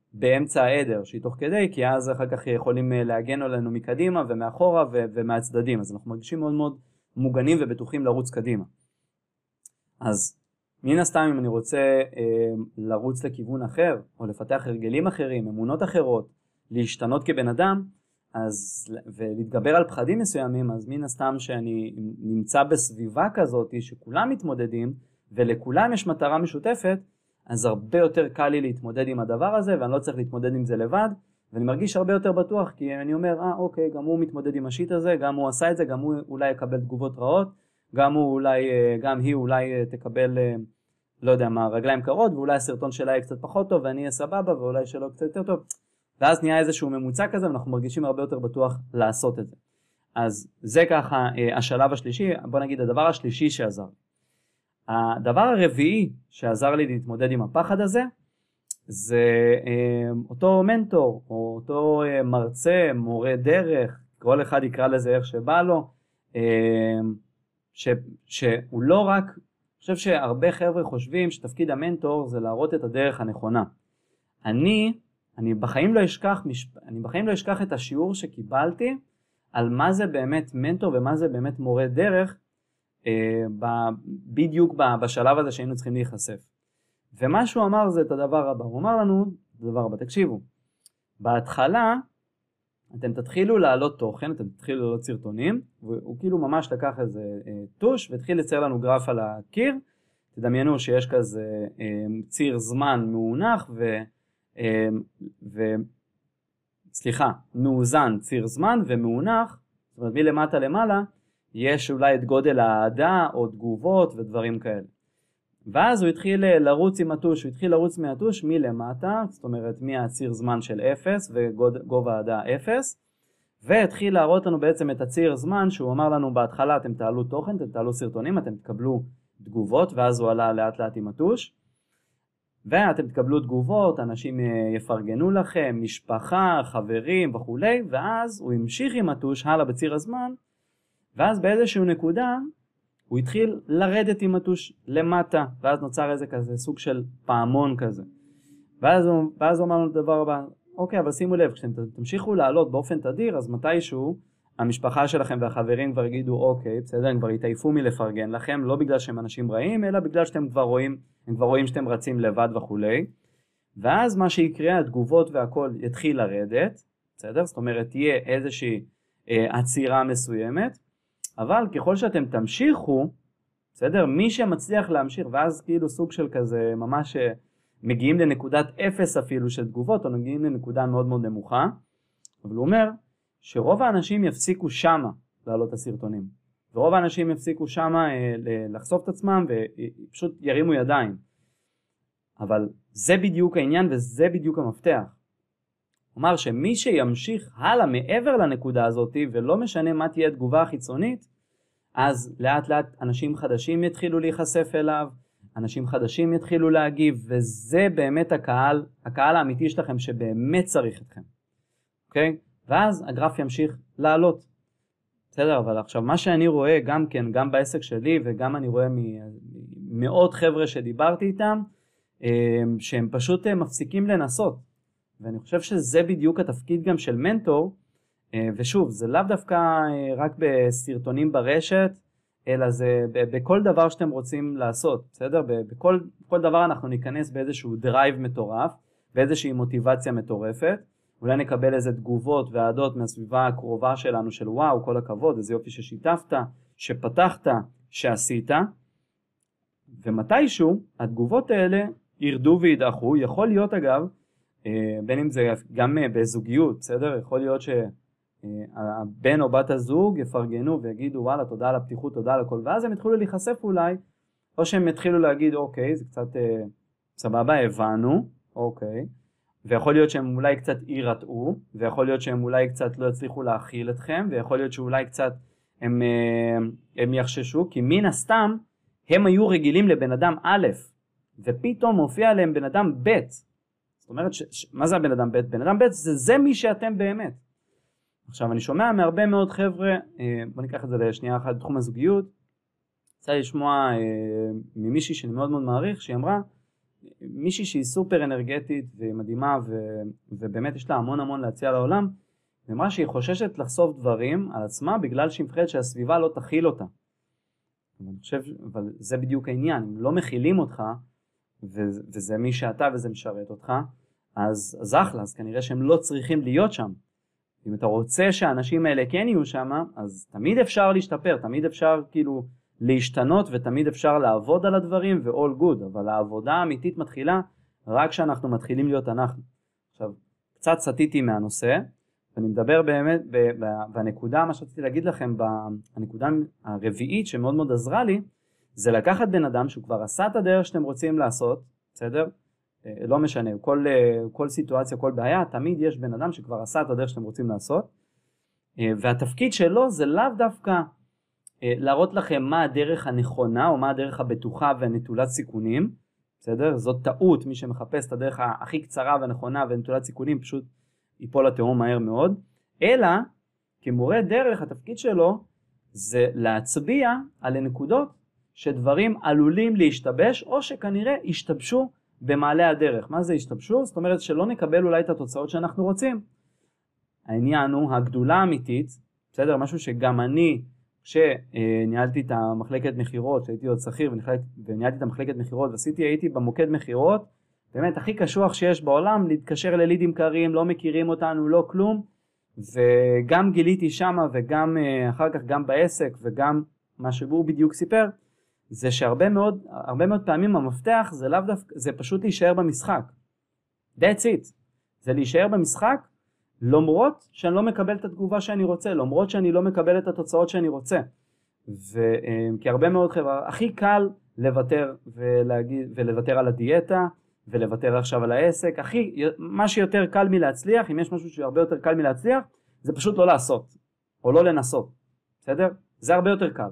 באמצע העדר שהיא תוך כדי, כי אז אחר כך יכולים להגן עלינו מקדימה ומאחורה ו- ומהצדדים, אז אנחנו מרגישים מאוד מאוד מוגנים ובטוחים לרוץ קדימה. אז מן הסתם אם אני רוצה אה, לרוץ לכיוון אחר או לפתח הרגלים אחרים, אמונות אחרות, להשתנות כבן אדם, אז ולהתגבר על פחדים מסוימים, אז מן הסתם שאני נמצא בסביבה כזאת שכולם מתמודדים ולכולם יש מטרה משותפת, אז הרבה יותר קל לי להתמודד עם הדבר הזה, ואני לא צריך להתמודד עם זה לבד, ואני מרגיש הרבה יותר בטוח, כי אני אומר, אה אוקיי, גם הוא מתמודד עם השיט הזה, גם הוא עשה את זה, גם הוא אולי יקבל תגובות רעות, גם הוא אולי, גם היא אולי תקבל, לא יודע מה, רגליים קרות, ואולי הסרטון שלה יהיה קצת פחות טוב, ואני אהיה סבבה, ואולי שלא קצת יותר טוב, ואז נהיה איזשהו ממוצע כזה, ואנחנו מרגישים הרבה יותר בטוח לעשות את זה. אז זה ככה השלב השלישי. בוא נגיד הדבר השלישי שעזר. הדבר הרביעי שעזר לי להתמודד עם הפחד הזה, זה אותו מנטור, או אותו מרצה, מורה דרך, כל אחד יקרא לזה איך שבא לו, ש, שהוא לא רק, אני חושב שהרבה חבר'ה חושבים שתפקיד המנטור זה להראות את הדרך הנכונה. אני, אני בחיים לא אשכח, אני בחיים לא אשכח את השיעור שקיבלתי על מה זה באמת מנטור ומה זה באמת מורה דרך, בדיוק בשלב הזה שהיינו צריכים להיחשף. ומה שהוא אמר זה את הדבר הבא, הוא אמר לנו את הדבר הבא, תקשיבו, בהתחלה אתם תתחילו להעלות תוכן, אתם תתחילו להעלות סרטונים, והוא כאילו ממש לקח איזה טוש והתחיל לצייר לנו גרף על הקיר, תדמיינו שיש כזה ציר זמן מאונח ו... ו... סליחה, מאוזן ציר זמן ומאונח, זאת אומרת מלמטה למעלה, יש אולי את גודל העדה או תגובות ודברים כאלה. ואז הוא התחיל לרוץ עם הטוש, הוא התחיל לרוץ מהטוש מלמטה, זאת אומרת מהציר זמן של אפס וגובה העדה אפס, והתחיל להראות לנו בעצם את הציר זמן שהוא אמר לנו בהתחלה אתם תעלו תוכן, אתם תעלו סרטונים, אתם תקבלו תגובות, ואז הוא עלה לאט לאט עם הטוש, ואתם תקבלו תגובות, אנשים יפרגנו לכם, משפחה, חברים וכו', ואז הוא המשיך עם הטוש הלאה בציר הזמן, ואז באיזשהו נקודה הוא התחיל לרדת עם הטוש למטה, ואז נוצר איזה כזה סוג של פעמון כזה. ואז הוא, ואז הוא אמר לנו את הדבר הבא, אוקיי, אבל שימו לב, כשאתם תמשיכו לעלות באופן תדיר, אז מתישהו המשפחה שלכם והחברים כבר יגידו, אוקיי, בסדר, הם כבר יתעייפו מלפרגן לכם, לא בגלל שהם אנשים רעים, אלא בגלל שאתם כבר רואים, הם כבר רואים שאתם רצים לבד וכולי. ואז מה שיקרה, התגובות והכל יתחיל לרדת, בסדר? זאת אומרת, תהיה איזושהי אה, עצירה מסוימת, אבל ככל שאתם תמשיכו, בסדר, מי שמצליח להמשיך, ואז כאילו סוג של כזה, ממש מגיעים לנקודת אפס אפילו של תגובות, או מגיעים לנקודה מאוד מאוד נמוכה, אבל הוא אומר שרוב האנשים יפסיקו שמה לעלות את הסרטונים, ורוב האנשים יפסיקו שמה אה, לחשוף את עצמם, ופשוט ירימו ידיים. אבל זה בדיוק העניין, וזה בדיוק המפתח. הוא אמר שמי שימשיך הלאה מעבר לנקודה הזאת, ולא משנה מה תהיה התגובה החיצונית, אז לאט לאט אנשים חדשים יתחילו להיחשף אליו, אנשים חדשים יתחילו להגיב, וזה באמת הקהל, הקהל האמיתי שלכם שבאמת צריך אתכם. אוקיי? ואז הגרף ימשיך לעלות. בסדר, אבל עכשיו מה שאני רואה גם כן, גם בעסק שלי, וגם אני רואה ממאות חבר'ה שדיברתי איתם, שהם פשוט מפסיקים לנסות. ואני חושב שזה בדיוק התפקיד גם של מנטור, ושוב, זה לאו דווקא רק בסרטונים ברשת, אלא זה בכל דבר שאתם רוצים לעשות, בסדר? בכל, בכל דבר אנחנו ניכנס באיזשהו דרייב מטורף, באיזושהי מוטיבציה מטורפת, אולי נקבל איזה תגובות ועדות מהסביבה הקרובה שלנו של וואו, כל הכבוד, איזה יופי ששיתפת, שפתחת, שעשית, ומתישהו התגובות האלה ירדו וידעכו. יכול להיות אגב, בין אם זה גם בזוגיות, בסדר? יכול להיות שהבן או בת הזוג יפרגנו ויגידו וואלה תודה על הפתיחות, תודה על הכל, ואז הם יתחילו להיחשף אולי, או שהם יתחילו להגיד אוקיי זה קצת אה, סבבה, הבנו, אוקיי, ויכול להיות שהם אולי קצת יירתעו, ויכול להיות שהם אולי קצת לא יצליחו להכיל אתכם, ויכול להיות שאולי קצת הם, הם יחששו, כי מן הסתם הם היו רגילים לבן אדם א', ופתאום מופיע עליהם בן אדם ב'. זאת אומרת, ש, ש, מה זה הבן אדם ב'? בן אדם ב' זה, זה מי שאתם באמת. עכשיו אני שומע מהרבה מאוד חבר'ה, בוא ניקח את זה לשנייה אחת בתחום הזוגיות, רוצה לשמוע ממישהי שאני מאוד מאוד מעריך, שהיא אמרה, מישהי שהיא סופר אנרגטית ומדהימה, ו, ובאמת יש לה המון המון להציע לעולם, ואמרה שהיא חוששת לחשוף דברים על עצמה, בגלל שהיא מפחדת שהסביבה לא תכיל אותה. אני חושב, אבל זה בדיוק העניין, אם לא מכילים אותך, ו, וזה מי שאתה וזה משרת אותך, אז, אז אחלה, אז כנראה שהם לא צריכים להיות שם. אם אתה רוצה שהאנשים האלה כן יהיו שם, אז תמיד אפשר להשתפר, תמיד אפשר כאילו להשתנות, ותמיד אפשר לעבוד על הדברים ו-all good, אבל העבודה האמיתית מתחילה רק כשאנחנו מתחילים להיות אנחנו. עכשיו, קצת סטיתי מהנושא, ואני מדבר באמת, והנקודה, מה שרציתי להגיד לכם, הנקודה הרביעית שמאוד מאוד עזרה לי, זה לקחת בן אדם שהוא כבר עשה את הדרך שאתם רוצים לעשות, בסדר? לא משנה, כל, כל סיטואציה, כל בעיה, תמיד יש בן אדם שכבר עשה את הדרך שאתם רוצים לעשות, והתפקיד שלו זה לאו דווקא להראות לכם מה הדרך הנכונה, או מה הדרך הבטוחה ונטולת סיכונים, בסדר? זאת טעות, מי שמחפש את הדרך הכי קצרה ונכונה ונטולת סיכונים, פשוט ייפול לתהום מהר מאוד, אלא כמורה דרך, התפקיד שלו זה להצביע על הנקודות שדברים עלולים להשתבש, או שכנראה ישתבשו במעלה הדרך. מה זה ישתבשו? זאת אומרת שלא נקבל אולי את התוצאות שאנחנו רוצים. העניין הוא הגדולה האמיתית, בסדר? משהו שגם אני, כשניהלתי את המחלקת מחירות, שהייתי עוד שכיר וניהלתי את המחלקת מחירות ועשיתי, הייתי במוקד מחירות, באמת הכי קשוח שיש בעולם, להתקשר ללידים קרים, לא מכירים אותנו, לא כלום, וגם גיליתי שמה וגם אחר כך גם בעסק וגם מה שהוא בדיוק סיפר, זה שהרבה מאוד, הרבה מאוד פעמים המפתח זה לאו דווקא, זה פשוט להישאר במשחק. That's it. זה להישאר במשחק, למרות שאני לא מקבל את התגובה שאני רוצה, למרות שאני לא מקבל את התוצאות שאני רוצה. וכי הרבה מאוד חברה, הכי קל לוותר ולהגיד, ולוותר על הדיאטה, ולוותר עכשיו על העסק, הכי, מה שיותר קל מלהצליח, אם יש משהו שהרבה יותר קל מלהצליח, זה פשוט לא לעשות, או לא לנסות, בסדר? זה הרבה יותר קל.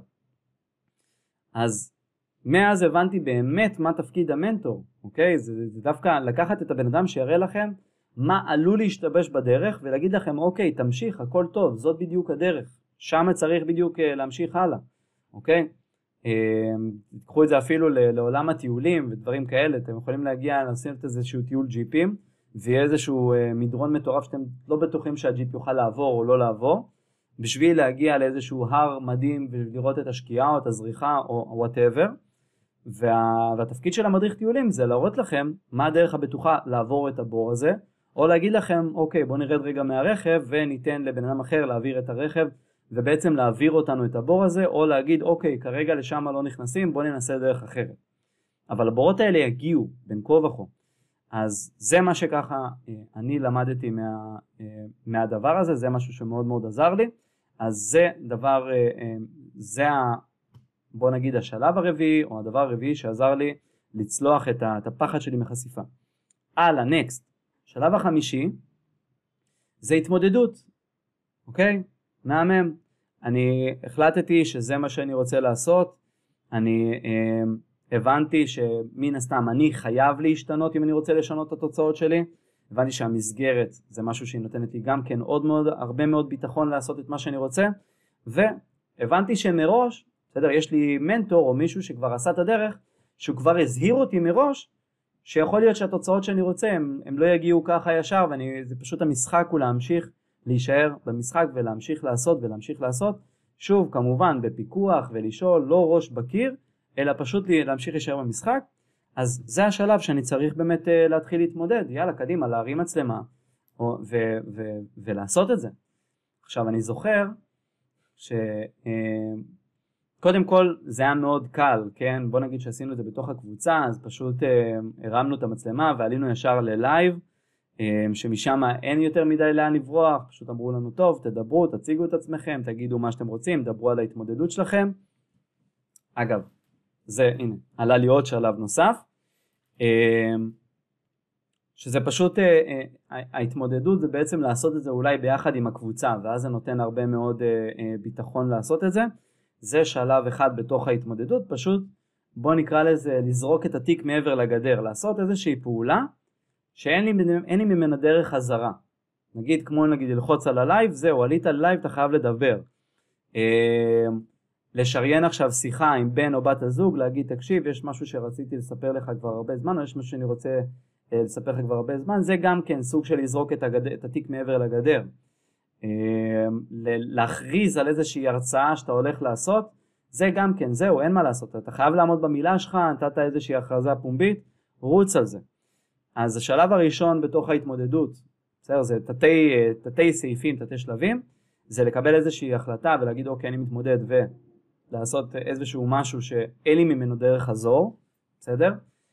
אז מאז הבנתי באמת מה תפקיד המנטור, אוקיי? זה, זה דווקא לקחת את הבן אדם שיראה לכם מה עלול להשתבש בדרך, ולהגיד לכם, אוקיי, תמשיך, הכל טוב, זאת בדיוק הדרך, שם צריך בדיוק להמשיך הלאה, אוקיי? תקחו את זה אפילו לעולם הטיולים ודברים כאלה, אתם יכולים להגיע לעשות איזשהו טיול ג'יפים, ויהיה איזשהו מדרון מטורף שאתם לא בטוחים שהג'יפ יוכל לעבור או לא לעבור, בשביל להגיע לאיזשהו הר מדהים ולראות את השקיעה או את הזריחה או whatever, וה... והתפקיד של המדריך טיולים זה להראות לכם מה הדרך הבטוחה לעבור את הבור הזה, או להגיד לכם, אוקיי, בוא נרד רגע מהרכב וניתן לבן אדם אחר להעביר את הרכב, ובעצם להעביר אותנו את הבור הזה, או להגיד, אוקיי, כרגע לשם לא נכנסים, בוא ננסה דרך אחרת. אבל הבורות האלה יגיעו בין כה וכה. אז זה מה שככה אני למדתי מה, מהדבר הזה, זה משהו שמאוד מאוד עזר לי. אז זה דבר, זה ה, בוא נגיד השלב הרביעי, או הדבר הרביעי שעזר לי לצלוח את הפחד שלי מחשיפה. הלאה, נקסט. שלב החמישי, זה התמודדות. אוקיי? מהמם. אני החלטתי שזה מה שאני רוצה לעשות. אני אה, הבנתי שמן הסתם אני חייב להשתנות אם אני רוצה לשנות את התוצאות שלי. הבנתי שהמסגרת זה משהו שהיא נותנת לי גם כן עוד מאוד, הרבה מאוד ביטחון לעשות את מה שאני רוצה. והבנתי שמראש, בסדר, יש לי מנטור או מישהו שכבר עשה את הדרך, שהוא כבר הזהיר אותי מראש, שיכול להיות שהתוצאות שאני רוצה הם, הם לא יגיעו ככה ישר, וזה פשוט המשחק הוא להמשיך להישאר במשחק ולהמשיך לעשות ולהמשיך לעשות. שוב, כמובן, בפיקוח ולשאול, לא ראש בקיר, אלא פשוט להמשיך להישאר במשחק. אז זה השלב שאני צריך באמת להתחיל להתמודד. יאללה, קדימה, להרים מצלמה ו- ו- ו- ולעשות את זה. עכשיו, אני זוכר שקודם כל זה היה מאוד קל, כן? בוא נגיד שעשינו את זה בתוך הקבוצה, אז פשוט הרמנו את המצלמה ועלינו ישר ללייב, שמשם אין יותר מדי לאן לברוח, פשוט אמרו לנו טוב, תדברו, תציגו את עצמכם, תגידו מה שאתם רוצים, דברו על ההתמודדות שלכם. אגב, זה, הנה, עלה לי עוד שלב נוסף, שזה פשוט, ההתמודדות זה בעצם לעשות את זה אולי ביחד עם הקבוצה, ואז זה נותן הרבה מאוד ביטחון לעשות את זה. זה שלב אחד בתוך ההתמודדות, פשוט בוא נקרא לזה לזרוק את התיק מעבר לגדר, לעשות איזושהי פעולה, שאין לי, אין לי ממנה דרך חזרה. נגיד, כמו נגיד ללחוץ על הלייב, זהו, עלית על לייב, אתה חייב לדבר. לשריין עכשיו שיחה עם בן או בת הזוג, להגיד, תקשיב, יש משהו שרציתי לספר לך כבר הרבה זמן, או יש משהו שאני רוצה אה, לספר לך כבר הרבה זמן, זה גם כן סוג של לזרוק את, הגד... את התיק מעבר לגדר. אה, להכריז על איזושהי הרצאה שאתה הולך לעשות, זה גם כן, זהו, אין מה לעשות, אתה חייב לעמוד במילה שלך, נתת איזושהי הכרזה פומבית, רוץ על זה. אז השלב הראשון בתוך ההתמודדות, בסדר, זה תתי, תתי סעיפים, תתי שלבים, זה לקבל איזושהי החלטה ולהגיד, אוקיי, אני מתמודד ולעשות איזשהו משהו שאין לי ממנו דרך חזור, בסדר?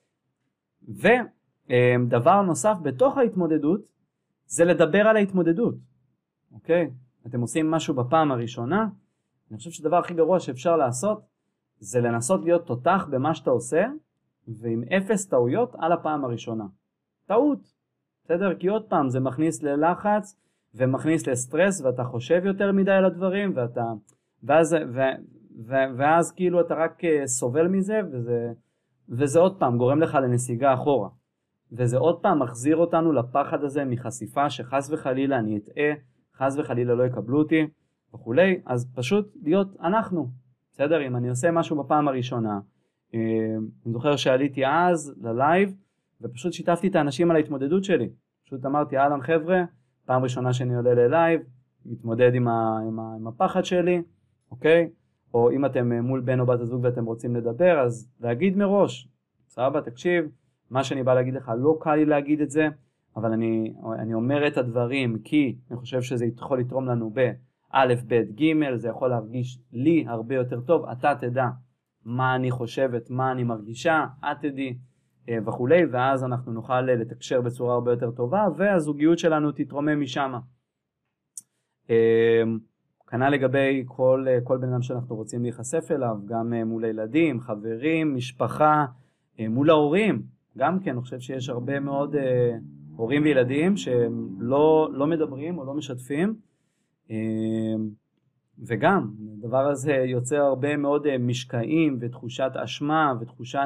ודבר נוסף בתוך ההתמודדות, זה לדבר על ההתמודדות, אוקיי? אתם עושים משהו בפעם הראשונה, אני חושב שהדבר הכי גרוע שאפשר לעשות, זה לנסות להיות תותח במה שאתה עושה, ועם אפס טעויות על הפעם הראשונה. טעות, בסדר? כי עוד פעם זה מכניס ללחץ, ומכניס לסטרס, ואתה חושב יותר מדי על הדברים, ואתה, ואז, ו, ו, ואז כאילו אתה רק סובל מזה, וזה, וזה עוד פעם גורם לך לנסיגה אחורה. וזה עוד פעם מחזיר אותנו לפחד הזה מחשיפה, שחס וחלילה אני אטעה, חס וחלילה לא יקבלו אותי, וכולי. אז פשוט להיות אנחנו, בסדר? אם אני עושה משהו בפעם הראשונה, אני זוכר שעליתי אז ללייב, ופשוט שיתפתי את האנשים על ההתמודדות שלי. פשוט אמרתי, אהלן חבר'ה, פעם ראשונה שאני עולה ללייב, מתמודד עם, ה, עם, ה, עם הפחד שלי, אוקיי? או אם אתם מול בן או בת הזוג ואתם רוצים לדבר, אז להגיד מראש, סבבה, תקשיב, מה שאני בא להגיד לך, לא קל לי להגיד את זה, אבל אני, אני אומר את הדברים, כי אני חושב שזה יכול לתרום לנו באלף, בית, ג', זה יכול להרגיש לי הרבה יותר טוב, אתה תדע מה אני חושבת, מה אני מרגישה, את תדעי, וכולי, ואז אנחנו נוכל לתקשר בצורה הרבה יותר טובה, והזוגיות שלנו תתרומם משם. כנ"ל לגבי כל, כל בן אדם שאנחנו רוצים להיחשף אליו, גם מול הילדים, חברים, משפחה, מול ההורים, גם כן, אני חושב שיש הרבה מאוד הורים וילדים שהם לא, לא מדברים או לא משתפים, וגם, הדבר הזה יוצר הרבה מאוד משקעים ותחושת אשמה ותחושת...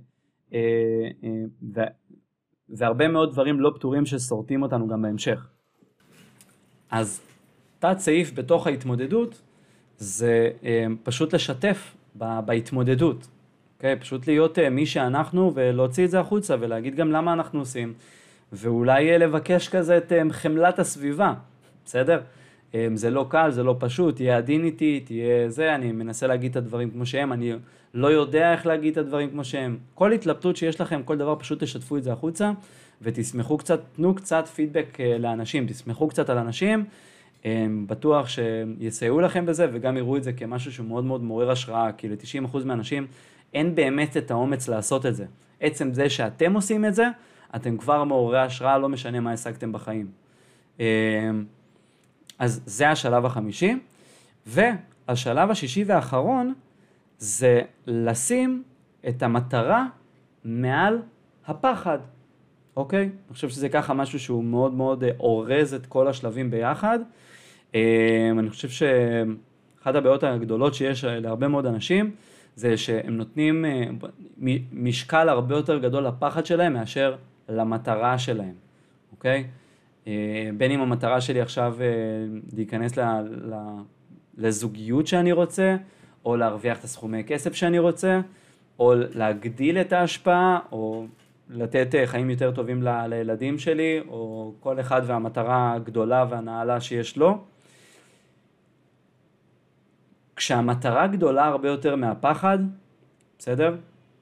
והרבה מאוד דברים לא פתורים שסורטים אותנו גם בהמשך. אז תת סעיף בתוך ההתמודדות זה פשוט לשתף בהתמודדות, אוקיי? פשוט להיות מי שאנחנו ולהוציא את זה החוצה ולהגיד גם למה אנחנו עושים, ואולי לבקש כזה את חמלת הסביבה, בסדר? זה לא קל, זה לא פשוט, תהיה עדין איתי, תהיה זה, אני מנסה להגיד את הדברים כמו שהם, אני לא יודע איך להגיד את הדברים כמו שהם. כל התלבטות שיש לכם, כל דבר פשוט תשתפו את זה החוצה, ותשמחו קצת, תנו קצת פידבק לאנשים, תשמחו קצת על אנשים, בטוח שיסייעו לכם בזה, וגם יראו את זה כמשהו שמאוד מאוד מעורר השראה, כי ל-תשעים אחוז מהאנשים אין באמת את האומץ לעשות את זה. עצם זה שאתם עושים את זה, אתם כבר מעוררי השראה, לא משנה מה השגתם בחיים. אז זה השלב החמישי, והשלב השישי והאחרון זה לשים את המטרה מעל הפחד, אוקיי? אני חושב שזה ככה משהו שהוא מאוד מאוד אורז את כל השלבים ביחד. אני חושב שאחת הבעיות הגדולות שיש להרבה מאוד אנשים, זה שהם נותנים משקל הרבה יותר גדול לפחד שלהם מאשר למטרה שלהם, אוקיי? בין אם המטרה שלי עכשיו להיכנס ל, ל, לזוגיות שאני רוצה, או להרוויח את הסכומי כסף שאני רוצה, או להגדיל את ההשפעה, או לתת חיים יותר טובים ל, לילדים שלי, או כל אחד והמטרה הגדולה והנעלה שיש לו. כשהמטרה גדולה הרבה יותר מהפחד, בסדר?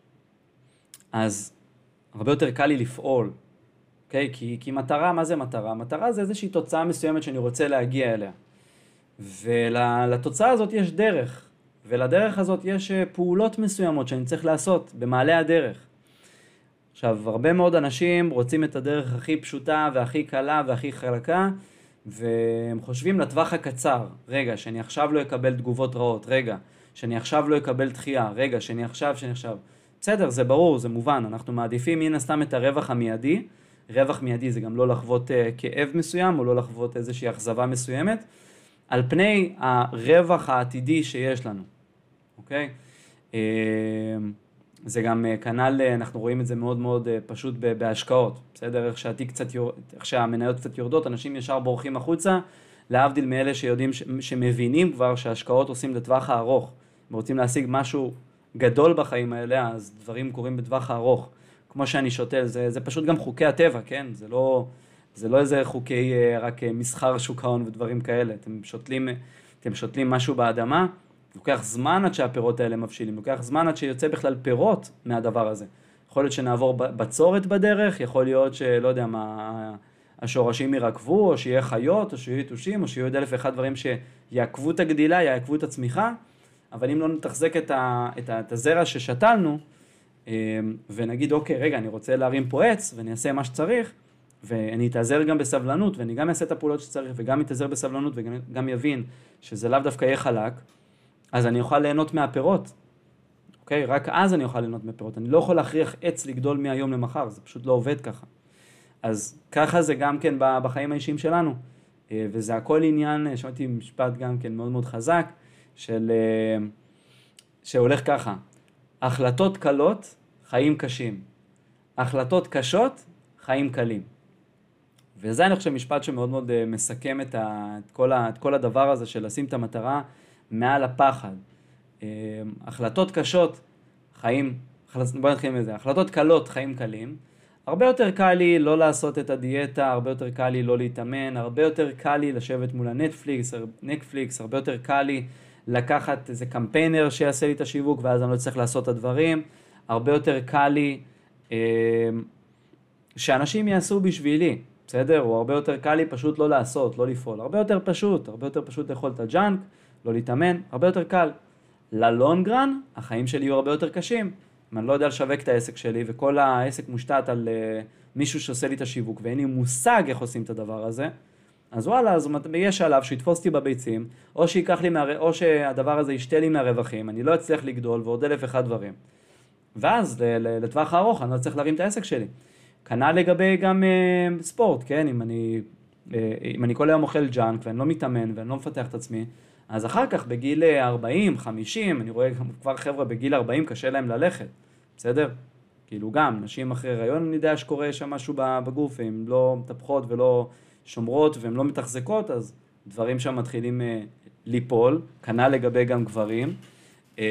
אז הרבה יותר קל לי לפעול. Okay, כי, כי מטרה, מה זה מטרה? מטרה זה איזושהי תוצאה מסוימת שאני רוצה להגיע אליה. ולתוצאה הזאת יש דרך, ולדרך הזאת יש פעולות מסוימות שאני צריך לעשות במעלה הדרך. עכשיו, הרבה מאוד אנשים רוצים את הדרך הכי פשוטה והכי קלה והכי חלקה, והם חושבים לטווח הקצר, רגע, שאני עכשיו לא אקבל תגובות רעות, רגע, שאני עכשיו לא אקבל דחייה, רגע, שאני עכשיו, שאני עכשיו. בסדר, זה ברור, זה מובן, אנחנו מעדיפים מן הסתם את הרווח המיידי, רווח מיידי זה גם לא לחוות uh, כאב מסוים, או לא לחוות איזושהי אכזבה מסוימת, על פני הרווח העתידי שיש לנו, אוקיי? Uh, זה גם uh, כנ"ל, uh, אנחנו רואים את זה מאוד מאוד uh, פשוט בהשקעות, בסדר? איך שהתיק קצת יורד, איך שהמניות קצת יורדות, אנשים ישר בורחים החוצה, להבדיל מאלה שיודעים, ש- שמבינים כבר שהשקעות עושים לטווח הארוך, ורוצים להשיג משהו גדול בחיים האלה, אז דברים קורים בטווח הארוך. כמו שאני שותל, זה, זה פשוט גם חוקי הטבע, כן? זה לא, זה לא איזה חוקי רק מסחר שוק ההון ודברים כאלה. אתם שותלים, אתם שותלים משהו באדמה, לוקח זמן עד שהפירות האלה מבשילים, לוקח זמן עד שיוצא בכלל פירות מהדבר הזה. יכול להיות שנעבור בצורת בדרך, יכול להיות שלא יודע מה, השורשים ירקבו, או שיהיה חיות, או שיהיו יתושים, או שיהיו עוד אלף ואחד דברים שיעקבו את הגדילה, יעקבו את הצמיחה, אבל אם לא נתחזק את, ה, את, ה, את הזרע ששתלנו, ונגיד, אוקיי, רגע, אני רוצה להרים פה עץ, ואני אעשה מה שצריך, ואני אתעזר גם בסבלנות, ואני גם אעשה את הפעולות שצריך, וגם אתעזר בסבלנות, וגם יבין שזה לאו דווקא יהיה חלק, אז אני אוכל ליהנות מהפירות. אוקיי? רק אז אני אוכל ליהנות מהפירות. אני לא יכול להכריח עץ לגדול מהיום למחר, זה פשוט לא עובד ככה. אז ככה זה גם כן בחיים האישיים שלנו. וזה הכל עניין, שמעתי משפט גם כן מאוד מאוד חזק, של, שהולך ככה, החלטות קלות, חיים קשים. החלטות קשות, חיים קלים. וזה אני חושב משפט שמאוד מאוד מסכם את, ה, את, כל ה, את כל הדבר הזה של לשים את המטרה מעל הפחד. החלטות קשות, חיים, בוא נתחיל מזה, החלטות קלות, חיים קלים. הרבה יותר קל לי לא לעשות את הדיאטה, הרבה יותר קל לי לא להתאמן, הרבה יותר קל לי לשבת מול הנטפליקס, נטפליקס, הרבה יותר קל לי לקחת איזה קמפיינר שיעשה לי את השיווק, ואז אני לא צריך לעשות את הדברים. הרבה יותר קל לי אה, שאנשים יעשו בשבילי, בסדר? או הרבה יותר קל לי פשוט לא לעשות, לא לפעול. הרבה יותר פשוט, הרבה יותר פשוט לאכול את הג'אנק, לא להתאמן, הרבה יותר קל. ללונגרן, החיים שלי יהיו הרבה יותר קשים. אם אני לא יודע לשווק את העסק שלי, וכל העסק מושתת על uh, מישהו שעושה לי את השיווק, ואין לי מושג איך עושים את הדבר הזה, אז וואלה, אז יש עליו שיתפוס אותי בביצים, או שיקח לי מה, או שהדבר הזה ישתה לי מהרווחים, אני לא אצליח לגדול, ועוד אלף אחד דברים. ואז לטווח הארוך, אני לא צריך להרים את העסק שלי. כנ"ל לגבי גם uh, ספורט, כן? אם אני, uh, אם אני כל היום אוכל ג'אנק, ואני לא מתאמן, ואני לא מפתח את עצמי, אז אחר כך בגיל ארבעים, חמישים, אני רואה כבר חבר'ה בגיל ארבעים קשה להם ללכת, בסדר? כאילו גם, נשים אחרי רעיון אני יודע שקורה שם משהו בגוף, והן לא מטפחות ולא שומרות והן לא מתחזקות, אז דברים שם מתחילים אה, ליפול, כנ"ל לגבי גם גברים, אה,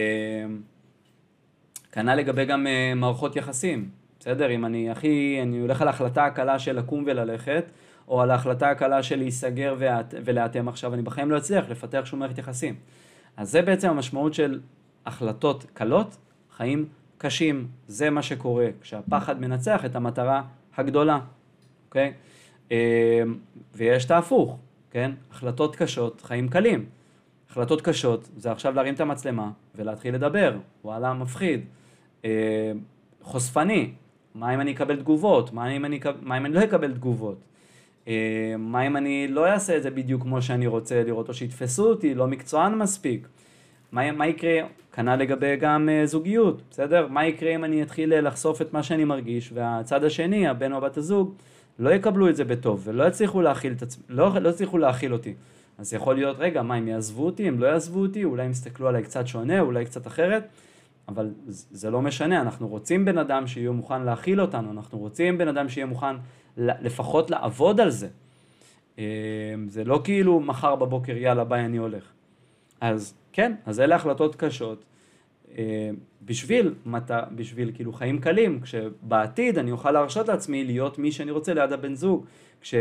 כנ"ל לגבי גם אה, מערכות יחסים, בסדר? אם אני הכי, אני הולך על ההחלטה הקלה של לקום וללכת, או על ההחלטה הקלה של להיסגר ולאתם עכשיו, אני בחיים לא אצליח לפתח שום מערכת יחסים. אז זה בעצם המשמעות של החלטות קלות, חיים קשים. זה מה שקורה כשהפחד מנצח את המטרה הגדולה, אוקיי? ויש את ההפוך, כן? החלטות קשות, חיים קלים. החלטות קשות זה עכשיו להרים את המצלמה ולהתחיל לדבר, וואלה מפחיד. חושפני, מה אם אני אקבל תגובות? מה אם אני, מה אם אני לא אקבל תגובות? מה אם אני לא אעשה את זה בדיוק כמו שאני רוצה לראות, או שיתפסו אותי, לא מקצוען מספיק? מה, מה יקרה, כנ"ל לגבי גם זוגיות, בסדר? מה יקרה אם אני אתחיל לחשוף את מה שאני מרגיש, והצד השני, הבן או בת הזוג, לא יקבלו את זה בטוב, ולא יצליחו להכיל את עצמי, לא, לא יצליחו להכיל אותי. אז יכול להיות, רגע, מה, הם יעזבו אותי, הם לא יעזבו אותי, אולי הם יסתכלו עליי קצת שונה, אולי קצת אחרת, אבל זה לא משנה, אנחנו רוצים בן אדם שיהיה מוכן להכיל אותנו, אנחנו רוצים בן אדם שיהיה מוכן לפחות לעבוד על זה. זה לא כאילו מחר בבוקר, יאללה, ביי, אני הולך. אז כן, אז אלה החלטות קשות, בשביל, בשביל כאילו חיים קלים, כשבעתיד אני אוכל להרשות לעצמי להיות מי שאני רוצה ליד הבן זוג, כש,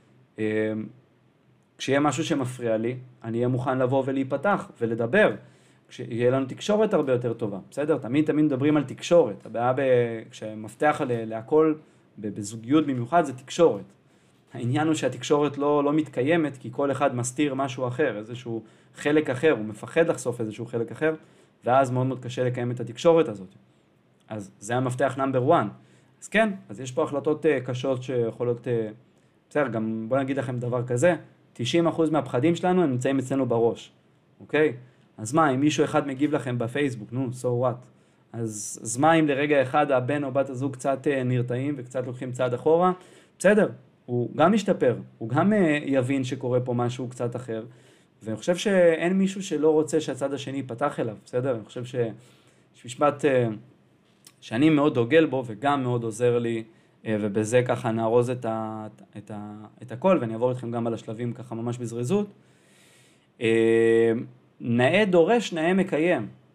כשיהיה משהו שמפריע לי, אני אהיה מוכן לבוא ולהיפתח ולדבר, כשיהיה לנו תקשורת הרבה יותר טובה, בסדר? תמיד תמיד מדברים על תקשורת, הבעיה כשמפתח להכל בזוגיות במיוחד זה תקשורת. העניין הוא שהתקשורת לא, לא מתקיימת כי כל אחד מסתיר משהו אחר, איזשהו חלק אחר, הוא מפחד לחשוף איזשהו חלק אחר, ואז מאוד מאוד קשה לקיים את התקשורת הזאת. אז זה המפתח נאמבר אחד. אז כן, אז יש פה החלטות קשות שיכולות, בסדר, גם בוא נגיד לכם דבר כזה, תשעים אחוז מהפחדים שלנו הם נמצאים אצלנו בראש, אוקיי? אז מה, אם מישהו אחד מגיב לכם בפייסבוק, נו, so what? אז, אז מה אם לרגע אחד הבן או בת הזוג קצת נרתעים וקצת לוקחים צעד אחורה? בסדר, הוא גם משתפר, הוא גם יבין שקורה פה משהו קצת אחר, ואני חושב שאין מישהו שלא רוצה שהצד השני ייפתח אליו, בסדר? אני חושב שיש משפט שאני מאוד דוגל בו וגם מאוד עוזר לי, ובזה ככה נארוז את, ה, את, ה, את הכל, ואני אעבור אתכם גם על השלבים ככה ממש בזריזות. נאה דורש, נאה מקיים.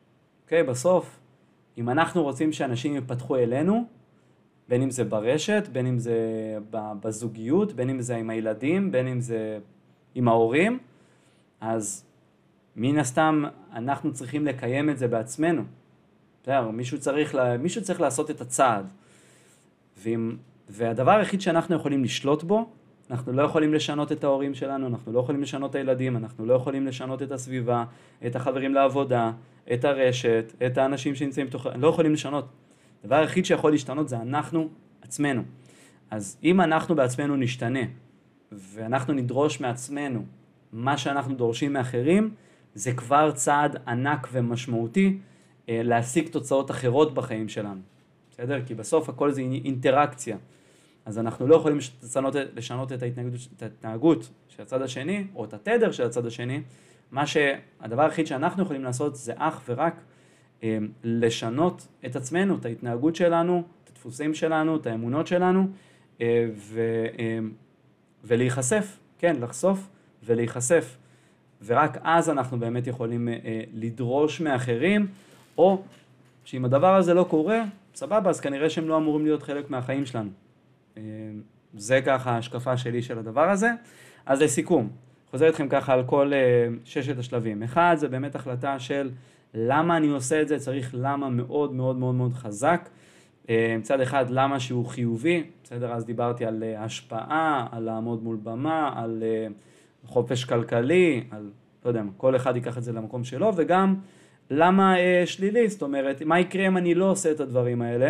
אוקיי, בסוף, אם אנחנו רוצים שאנשים יפתחו אלינו, בין אם זה ברשת, בין אם זה בזוגיות, בין אם זה עם הילדים, בין אם זה עם ההורים, אז מן הסתם אנחנו צריכים לקיים את זה בעצמנו. מישהו צריך, מישהו צריך לעשות את הצעד. ואם, והדבר היחיד שאנחנו יכולים לשלוט בו, אנחנו לא יכולים לשנות את ההורים שלנו, אנחנו לא יכולים לשנות את הילדים, אנחנו לא יכולים לשנות את הסביבה, את החברים לעבודה, את הרשת, את האנשים שנמצאים בתוך, לא יכולים לשנות. הדבר היחיד שיכול להשתנות זה אנחנו עצמנו. אז אם אנחנו בעצמנו נשתנה, ואנחנו נדרוש מעצמנו מה שאנחנו דורשים מאחרים, זה כבר צעד ענק ומשמעותי להשיג תוצאות אחרות בחיים שלנו. בסדר? כי בסוף הכל זה אינטראקציה. אז אנחנו לא יכולים לשנות, לשנות את ההתנהגות, את ההתנהגות של הצד השני, או את התדר של הצד השני. מה שהדבר היחיד שאנחנו יכולים לעשות זה אך ורק אה, לשנות את עצמנו, את ההתנהגות שלנו, את הדפוסים שלנו, את האמונות שלנו, אה, ו, אה, ולהיחשף, כן, לחשוף ולהיחשף. ורק אז אנחנו באמת יכולים אה, לדרוש מאחרים, או שאם הדבר הזה לא קורה, סבבה, אז כנראה שהם לא אמורים להיות חלק מהחיים שלנו. זה ככה ההשקפה שלי של הדבר הזה. אז לסיכום, חוזר אתכם ככה על כל ששת השלבים. אחד, זה באמת החלטה של למה אני עושה את זה, צריך למה מאוד מאוד מאוד מאוד חזק. מצד אחד, למה שהוא חיובי, בסדר? אז דיברתי על השפעה, על לעמוד מול במה, על חופש כלכלי, על, לא יודע, כל אחד ייקח את זה למקום שלו, וגם למה שלילי, זאת אומרת, מה יקרה אם אני לא עושה את הדברים האלה?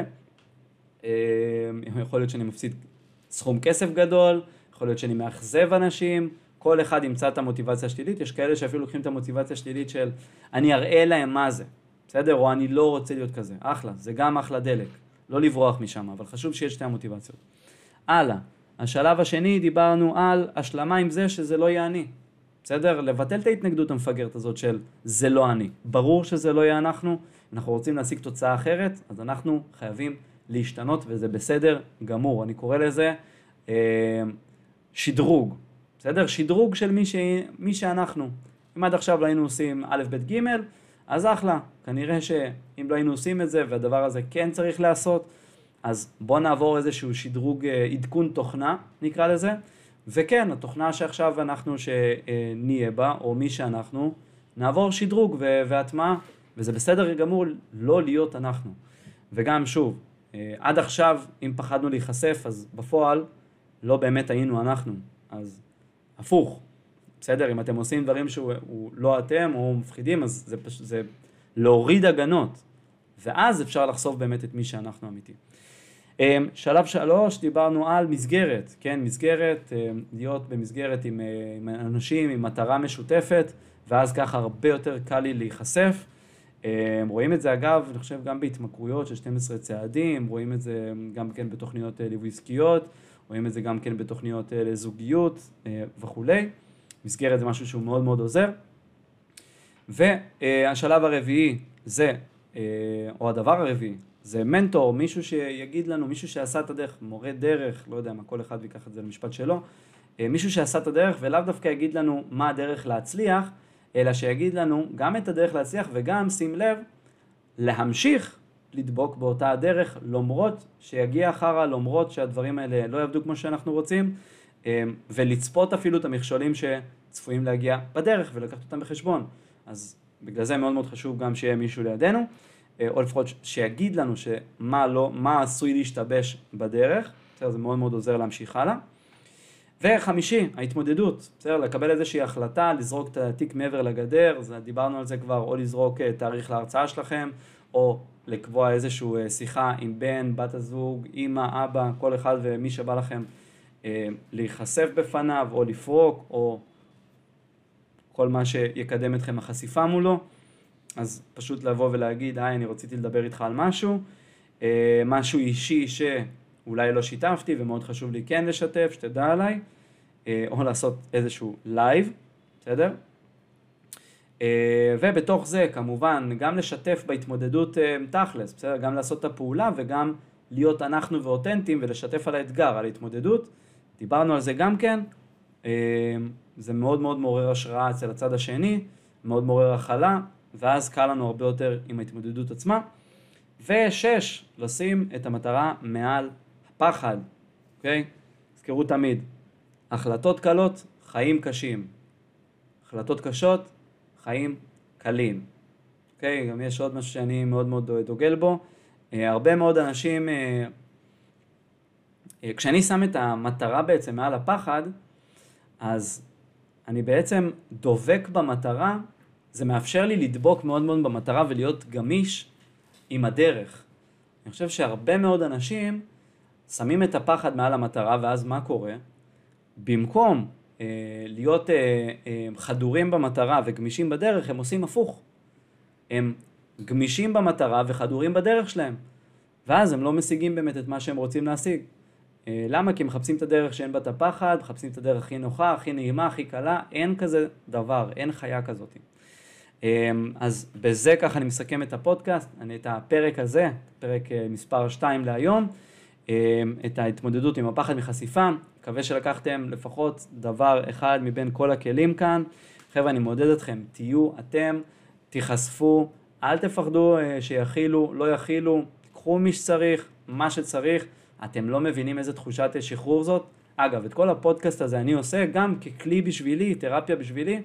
יכול להיות שאני מפסיד סכום כסף גדול, יכול להיות שאני מאכזב אנשים, כל אחד ימצא את המוטיבציה השלילית, יש כאלה שאפילו לוקחים את המוטיבציה השלילית של אני אראה להם מה זה, בסדר? או אני לא רוצה להיות כזה, אחלה, זה גם אחלה דלק, לא לברוח משם, אבל חשוב שיש שתי המוטיבציות. הלאה, השלב השני דיברנו על השלמה עם זה שזה לא יהיה אני, בסדר? לבטל את ההתנגדות המפגרת הזאת של זה לא אני, ברור שזה לא יהיה אנחנו, אנחנו רוצים להשיג תוצאה אחרת, אז אנחנו חייבים להשתנות, וזה בסדר גמור. אני קורא לזה אה, שדרוג, בסדר? שדרוג של מי, ש... מי שאנחנו. אם עד עכשיו לא היינו עושים א' ב' ג', אז אחלה. כנראה שאם לא היינו עושים את זה, והדבר הזה כן צריך לעשות, אז בוא נעבור איזשהו שדרוג, עדכון תוכנה, נקרא לזה. וכן, התוכנה שעכשיו אנחנו שנהיה בה, או מי שאנחנו, נעבור שדרוג והטמעה, וזה בסדר גמור לא להיות אנחנו. וגם שוב, עד עכשיו, אם פחדנו להיחשף, אז בפועל לא באמת היינו אנחנו. אז הפוך, בסדר? אם אתם עושים דברים שהוא לא אתם או מפחידים, אז זה, פש... זה להוריד הגנות, ואז אפשר לחשוף באמת את מי שאנחנו אמיתי. שלב שלוש, דיברנו על מסגרת, כן? מסגרת, להיות במסגרת עם, עם אנשים, עם מטרה משותפת, ואז ככה הרבה יותר קל לי להיחשף. רואים את זה אגב, אני חושב גם בהתמכרויות של שנים עשר צעדים, רואים את זה גם כן בתוכניות ליווי עסקיות, רואים את זה גם כן בתוכניות לזוגיות וכולי. מסגרת זה משהו שהוא מאוד מאוד עוזר. והשלב הרביעי זה, או הדבר הרביעי, זה מנטור, מישהו שיגיד לנו, מישהו שעשה את הדרך, מורה דרך, לא יודע מה, כל אחד ויקח את זה למשפט שלו, מישהו שעשה את הדרך ולאו דווקא יגיד לנו מה הדרך להצליח, אלא שיגיד לנו גם את הדרך להצליח וגם, שים לב, להמשיך לדבוק באותה הדרך, למרות שיגיע אחרה, למרות שהדברים האלה לא יעבדו כמו שאנחנו רוצים, ולצפות אפילו את המכשולים שצפויים להגיע בדרך ולקחת אותם בחשבון. אז בגלל זה מאוד מאוד חשוב גם שיהיה מישהו לידינו, או לפחות שיגיד לנו שמה לא, מה עשוי להשתבש בדרך, זה מאוד מאוד עוזר להמשיך הלאה. וחמישי, ההתמודדות, בסדר, לקבל איזושהי החלטה, לזרוק את התיק מעבר לגדר, דיברנו על זה כבר, או לזרוק תאריך להרצאה שלכם, או לקבוע איזושהי שיחה עם בן, בת הזוג, אמא, אבא, כל אחד ומי שבא לכם אה, להיחשף בפניו, או לפרוק, או כל מה שיקדם אתכם החשיפה מולו. אז פשוט לבוא ולהגיד, היי, אני רציתי לדבר איתך על משהו, אה, משהו אישי ש... אולי לא שיתפתי ומאוד חשוב לי כן לשתף, שתדע עליי, או לעשות איזשהו לייב, בסדר? ובתוך זה כמובן גם לשתף בהתמודדות תכלס, בסדר? גם לעשות את הפעולה וגם להיות אנחנו ואותנטיים ולשתף על האתגר, על ההתמודדות. דיברנו על זה גם כן, זה מאוד מאוד מעורר השראה אצל הצד השני, מאוד מעורר הכלה, ואז קל לנו הרבה יותר עם ההתמודדות עצמה. ושש, לשים את המטרה מעל הפחד, אוקיי? תזכרו תמיד, החלטות קלות, חיים קשים. החלטות קשות, חיים קלים. אוקיי? גם יש עוד משהו שאני מאוד מאוד דוגל בו. אה, הרבה מאוד אנשים, אה, אה, כשאני שם את המטרה בעצם מעל הפחד, אז אני בעצם דובק במטרה, זה מאפשר לי לדבוק מאוד מאוד במטרה ולהיות גמיש עם הדרך. אני חושב שהרבה מאוד אנשים שמים את הפחד מעל המטרה, ואז מה קורה? במקום אה, להיות אה, אה, חדורים במטרה וגמישים בדרך, הם עושים הפוך. הם גמישים במטרה וחדורים בדרך שלהם, ואז הם לא משיגים באמת את מה שהם רוצים להשיג. אה, למה? כי הם מחפשים את הדרך שאין בה את הפחד, מחפשים את הדרך הכי נוחה, הכי נעימה, הכי קלה, אין כזה דבר, אין חיה כזאת. אז בזה ככה אני מסכם את הפודקאסט, אני את הפרק הזה, פרק מספר שתיים להיום, את ההתמודדות עם הפחד מחשיפה. מקווה שלקחתם לפחות דבר אחד מבין כל הכלים כאן. חבר'ה, אני מעודד אתכם, תהיו אתם, תיחשפו, אל תפחדו שיחילו, לא יחילו, קחו מי שצריך, מה שצריך. אתם לא מבינים איזה תחושת שחרור זאת. אגב, את כל הפודקאסט הזה אני עושה גם ככלי בשבילי, תרפיה בשבילי,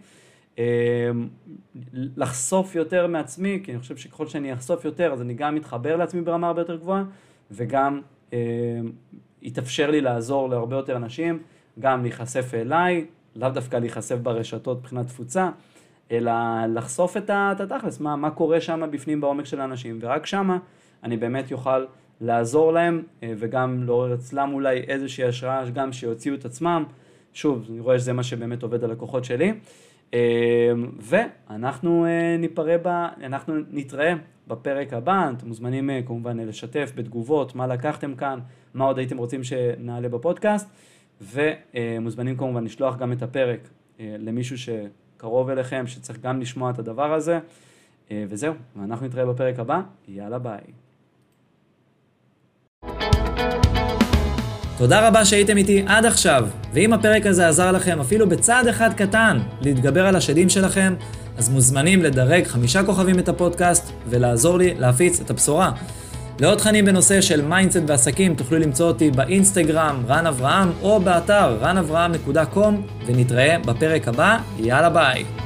לחשוף יותר מעצמי, כי אני חושב שככל שאני אחשוף יותר, אז אני גם מתחבר לעצמי ברמה הרבה יותר גבוהה, וגם אה, יתאפשר לי לעזור להרבה יותר אנשים, גם להיחשף אליי, לאו דווקא להיחשף ברשתות מבחינת תפוצה, אלא לחשוף את התכלס, מה, מה קורה שם בפנים בעומק של האנשים, ורק שם אני באמת יוכל לעזור להם, אה, וגם לעורר אצלם אולי איזושהי השראה, גם שיוציאו את עצמם. שוב, אני רואה שזה מה שבאמת עובד על לקוחות שלי. ואנחנו ניפרא בה, אנחנו נתראה בפרק הבא. אתם מוזמנים כמובן לשתף בתגובות מה לקחתם כאן, מה עוד הייתם רוצים שנעלה בפודקאסט, ומוזמנים כמובן לשלוח גם את הפרק למישהו שקרוב אליכם, שצריך גם לשמוע את הדבר הזה. וזהו, ואנחנו נתראה בפרק הבא. יאללה ביי. תודה רבה שהייתם איתי עד עכשיו, ואם הפרק הזה עזר לכם אפילו בצעד אחד קטן להתגבר על השדים שלכם, אז מוזמנים לדרג חמישה כוכבים את הפודקאסט ולעזור לי להפיץ את הבשורה. לעוד תכנים בנושא של מיינדסט ועסקים תוכלו למצוא אותי באינסטגרם רן אברהם או באתר רן אברהם נקודה קום, ונתראה בפרק הבא. יאללה ביי.